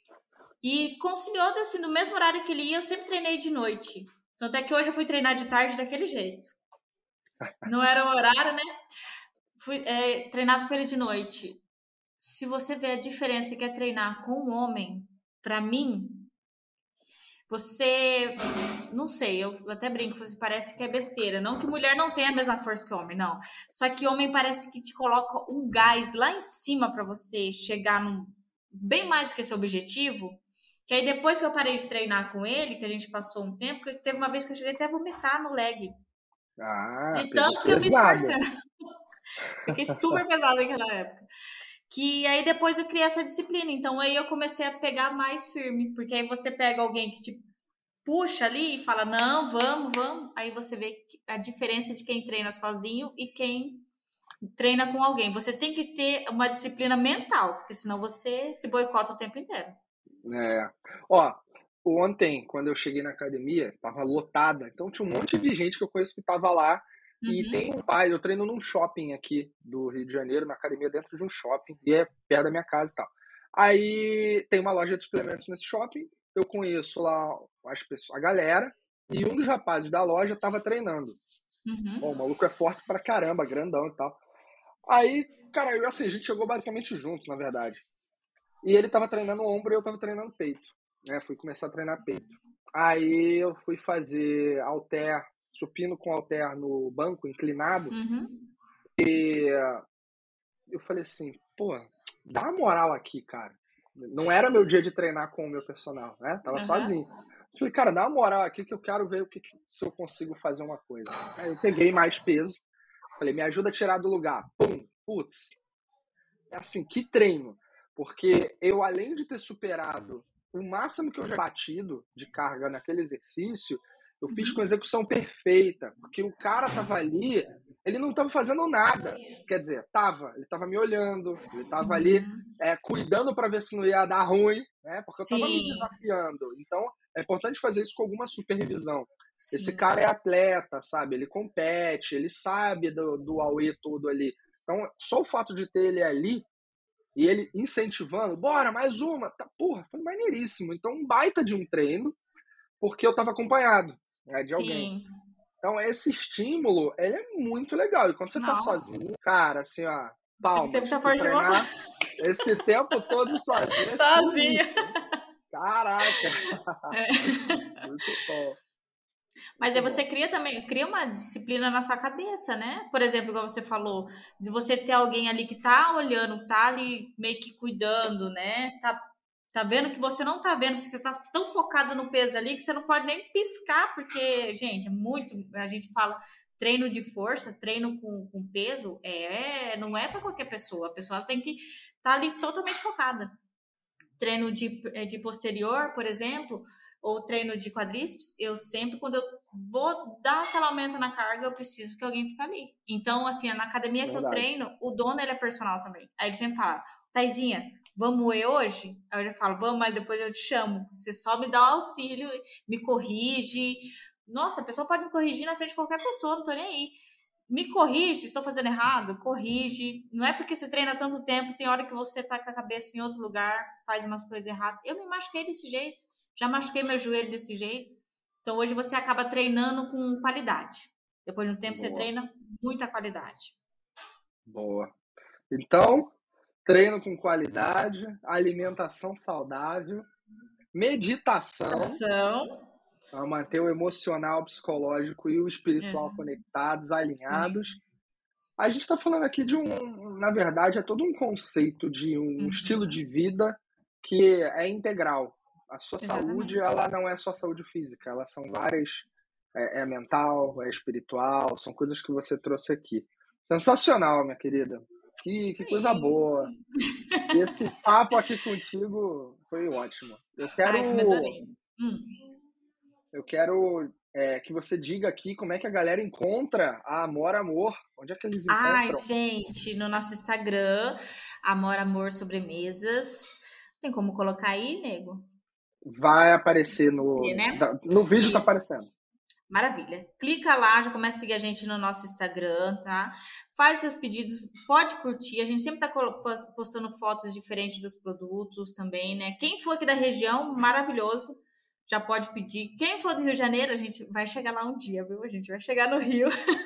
E conciliou assim, no mesmo horário que ele ia, eu sempre treinei de noite. Tanto é que hoje eu fui treinar de tarde daquele jeito. Não era o horário, né? Treinava com ele de noite. Se você vê a diferença que é treinar com um homem, para mim, você. Não sei, eu até brinco, parece que é besteira. Não que mulher não tenha a mesma força que homem, não. Só que homem parece que te coloca um gás lá em cima para você chegar bem mais do que esse objetivo. Que aí depois que eu parei de treinar com ele, que a gente passou um tempo, que teve uma vez que eu cheguei até a vomitar no leg. Ah, De pegou tanto que eu me pesado. esforcei. Fiquei super pesada naquela época. Que aí depois eu criei essa disciplina. Então aí eu comecei a pegar mais firme. Porque aí você pega alguém que te puxa ali e fala, não, vamos, vamos. Aí você vê a diferença de quem treina sozinho e quem treina com alguém. Você tem que ter uma disciplina mental, porque senão você se boicota o tempo inteiro. É. Ó, ontem, quando eu cheguei na academia, tava lotada. Então tinha um monte de gente que eu conheço que tava lá. E tem um pai, eu treino num shopping aqui do Rio de Janeiro, na academia dentro de um shopping, e é perto da minha casa e tal. Aí tem uma loja de suplementos nesse shopping, eu conheço lá as pessoas, a galera, e um dos rapazes da loja tava treinando. Bom, o maluco é forte pra caramba, grandão e tal. Aí, cara, assim, a gente chegou basicamente junto, na verdade. E ele tava treinando ombro e eu tava treinando peito, né? Fui começar a treinar peito. Aí eu fui fazer halter, supino com halter no banco, inclinado. Eu falei assim, pô, dá uma moral aqui, cara. Não era meu dia de treinar com o meu personal, né? Tava sozinho. Eu falei, cara, dá uma moral aqui que eu quero ver se eu consigo fazer uma coisa. Aí eu peguei mais peso. Falei, me ajuda a tirar do lugar. Pum, putz. É assim, que treino. Porque eu, além de ter superado o máximo que eu já batido de carga naquele exercício, eu fiz com execução perfeita. Porque o cara tava ali, ele não tava fazendo nada. Quer dizer, ele tava me olhando, ele tava ali cuidando para ver se não ia dar ruim, né? Porque eu tava me Sim, desafiando. Então, é importante fazer isso com alguma supervisão. Esse sim, cara é atleta, sabe? Ele compete, ele sabe do auê todo ali. Então, só o fato de ter ele ali e ele incentivando, bora, mais uma, tá, porra, foi maneiríssimo. Então, um baita de um treino, porque eu tava acompanhado, né, de alguém. sim. Então, esse estímulo, ele é muito legal. E quando você tá Nossa, sozinho, cara, assim, ó, tem que ter palmas. muita Tu força de vontade. treinar esse tempo todo sozinho é Sozinha. sinistro, hein? Caraca, muito bom, Mas aí muito você bom. cria também, cria uma disciplina na sua cabeça, né? Por exemplo, igual você falou, de você ter alguém ali que tá olhando, tá ali meio que cuidando, né? Tá vendo que você não tá vendo, que você tá tão focado no peso ali que você não pode nem piscar, porque, gente, é muito. A gente fala treino de força, treino com peso, não é para qualquer pessoa. A pessoa tem que estar ali totalmente focada. Treino de posterior, por exemplo, ou treino de quadríceps, eu sempre, quando eu vou dar aquela aumento na carga, eu preciso que alguém fique ali. Então, assim, na academia que eu Verdade. treino, o dono, ele é personal também. Aí ele sempre fala, Taizinha, vamos moer hoje? Aí eu já falo, vamos, mas depois eu te chamo. Você só me dá o auxílio, me corrige. Nossa, a pessoa pode me corrigir na frente de qualquer pessoa, não tô nem aí. Me corrige, estou fazendo errado, corrige. Não é porque você treina tanto tempo, tem hora que você tá com a cabeça em outro lugar, faz umas coisas erradas. Eu me machuquei desse jeito, já machuquei meu joelho desse jeito. Então hoje você acaba treinando com qualidade. Depois de um tempo você Boa, treina muita qualidade. boa. Então, treino com qualidade, alimentação saudável, meditação, Ação. para manter o emocional, o psicológico e o espiritual É, conectados, sim. alinhados. A gente está falando aqui na verdade, é todo um conceito de um estilo de vida que é integral. A sua saúde, Exatamente. ela não é só saúde física, elas são várias, é mental, é espiritual, são coisas que você trouxe aqui. Sensacional, minha querida. Que coisa Sim. boa. E esse papo aqui contigo foi ótimo. Ai, também adorei. Eu quero que você diga aqui como é que a galera encontra a Amor Amor. Onde é que eles Ai, encontram? gente, no nosso Instagram, Amor, Amor, Sobremesas. Tem como colocar aí, nego? Vai aparecer Sim, né? no vídeo, tá Isso. aparecendo. Maravilha. Clica lá, já começa a seguir a gente no nosso Instagram, tá? Faz seus pedidos, pode curtir. A gente sempre tá postando fotos diferentes dos produtos também, né? Quem for aqui da região, maravilhoso. Já pode pedir. Quem for do Rio de Janeiro, a gente vai chegar lá um dia, viu? A gente vai chegar no Rio.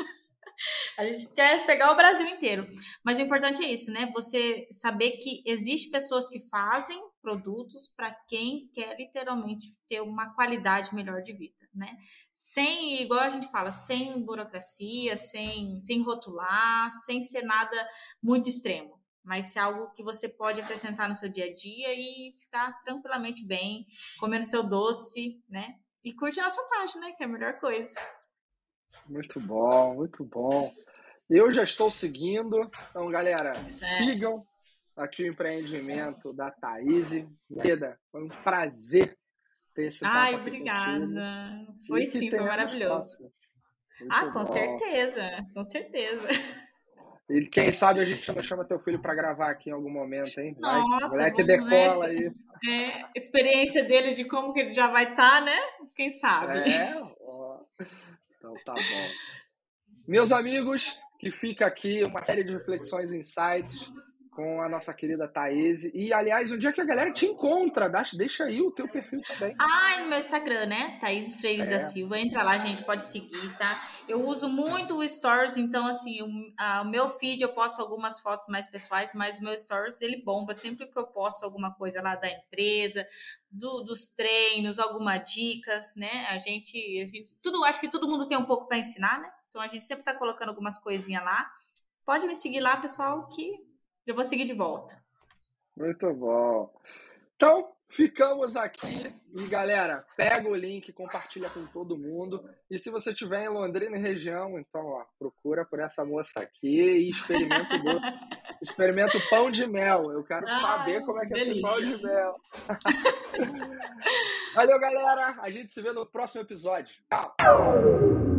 A gente quer pegar o Brasil inteiro. Mas o importante é isso, né? Você saber que existe pessoas que fazem produtos para quem quer literalmente ter uma qualidade melhor de vida, né? Sem, igual a gente fala, sem burocracia, sem rotular, sem ser nada muito extremo. mas se é algo que você pode acrescentar no seu dia a dia e ficar tranquilamente bem, comendo seu doce, né? E curte a nossa página, né? Que é a melhor coisa. Muito bom, muito bom. Eu já estou seguindo, então, galera, sigam aqui o empreendimento da Thaís. Querida, foi um prazer ter esse papo aqui obrigada. contigo. Foi sim, foi maravilhoso. Muito com bom. certeza, com certeza. E quem sabe a gente não chama teu filho para gravar aqui em algum momento, hein? Vai, Nossa, moleque vamos, decola aí. Experiência dele de como que ele já vai estar, né? Quem sabe? Então tá bom. Meus amigos, que fica aqui uma série de reflexões e insights com a nossa querida Thaís. E, aliás, onde é que a galera te encontra? Deixa aí o teu perfil também. No meu Instagram, né? Thaís Freires da Silva. Entra lá, gente, pode seguir, tá? Eu uso muito o Stories, então, assim, o meu feed eu posto algumas fotos mais pessoais, mas o meu Stories, ele bomba. Sempre que eu posto alguma coisa lá da empresa, dos treinos, alguma dicas, né? Acho que todo mundo tem um pouco para ensinar, né? Então, a gente sempre tá colocando algumas coisinhas lá. Pode me seguir lá, pessoal, que eu vou seguir de volta. Muito bom. Então, ficamos aqui. E, galera, pega o link, compartilha com todo mundo. E se você estiver em Londrina e região, então, procura por essa moça aqui e experimenta o doce. Experimenta o pão de mel. Eu quero saber como é que é esse pão de mel. Valeu, galera. A gente se vê no próximo episódio. Tchau.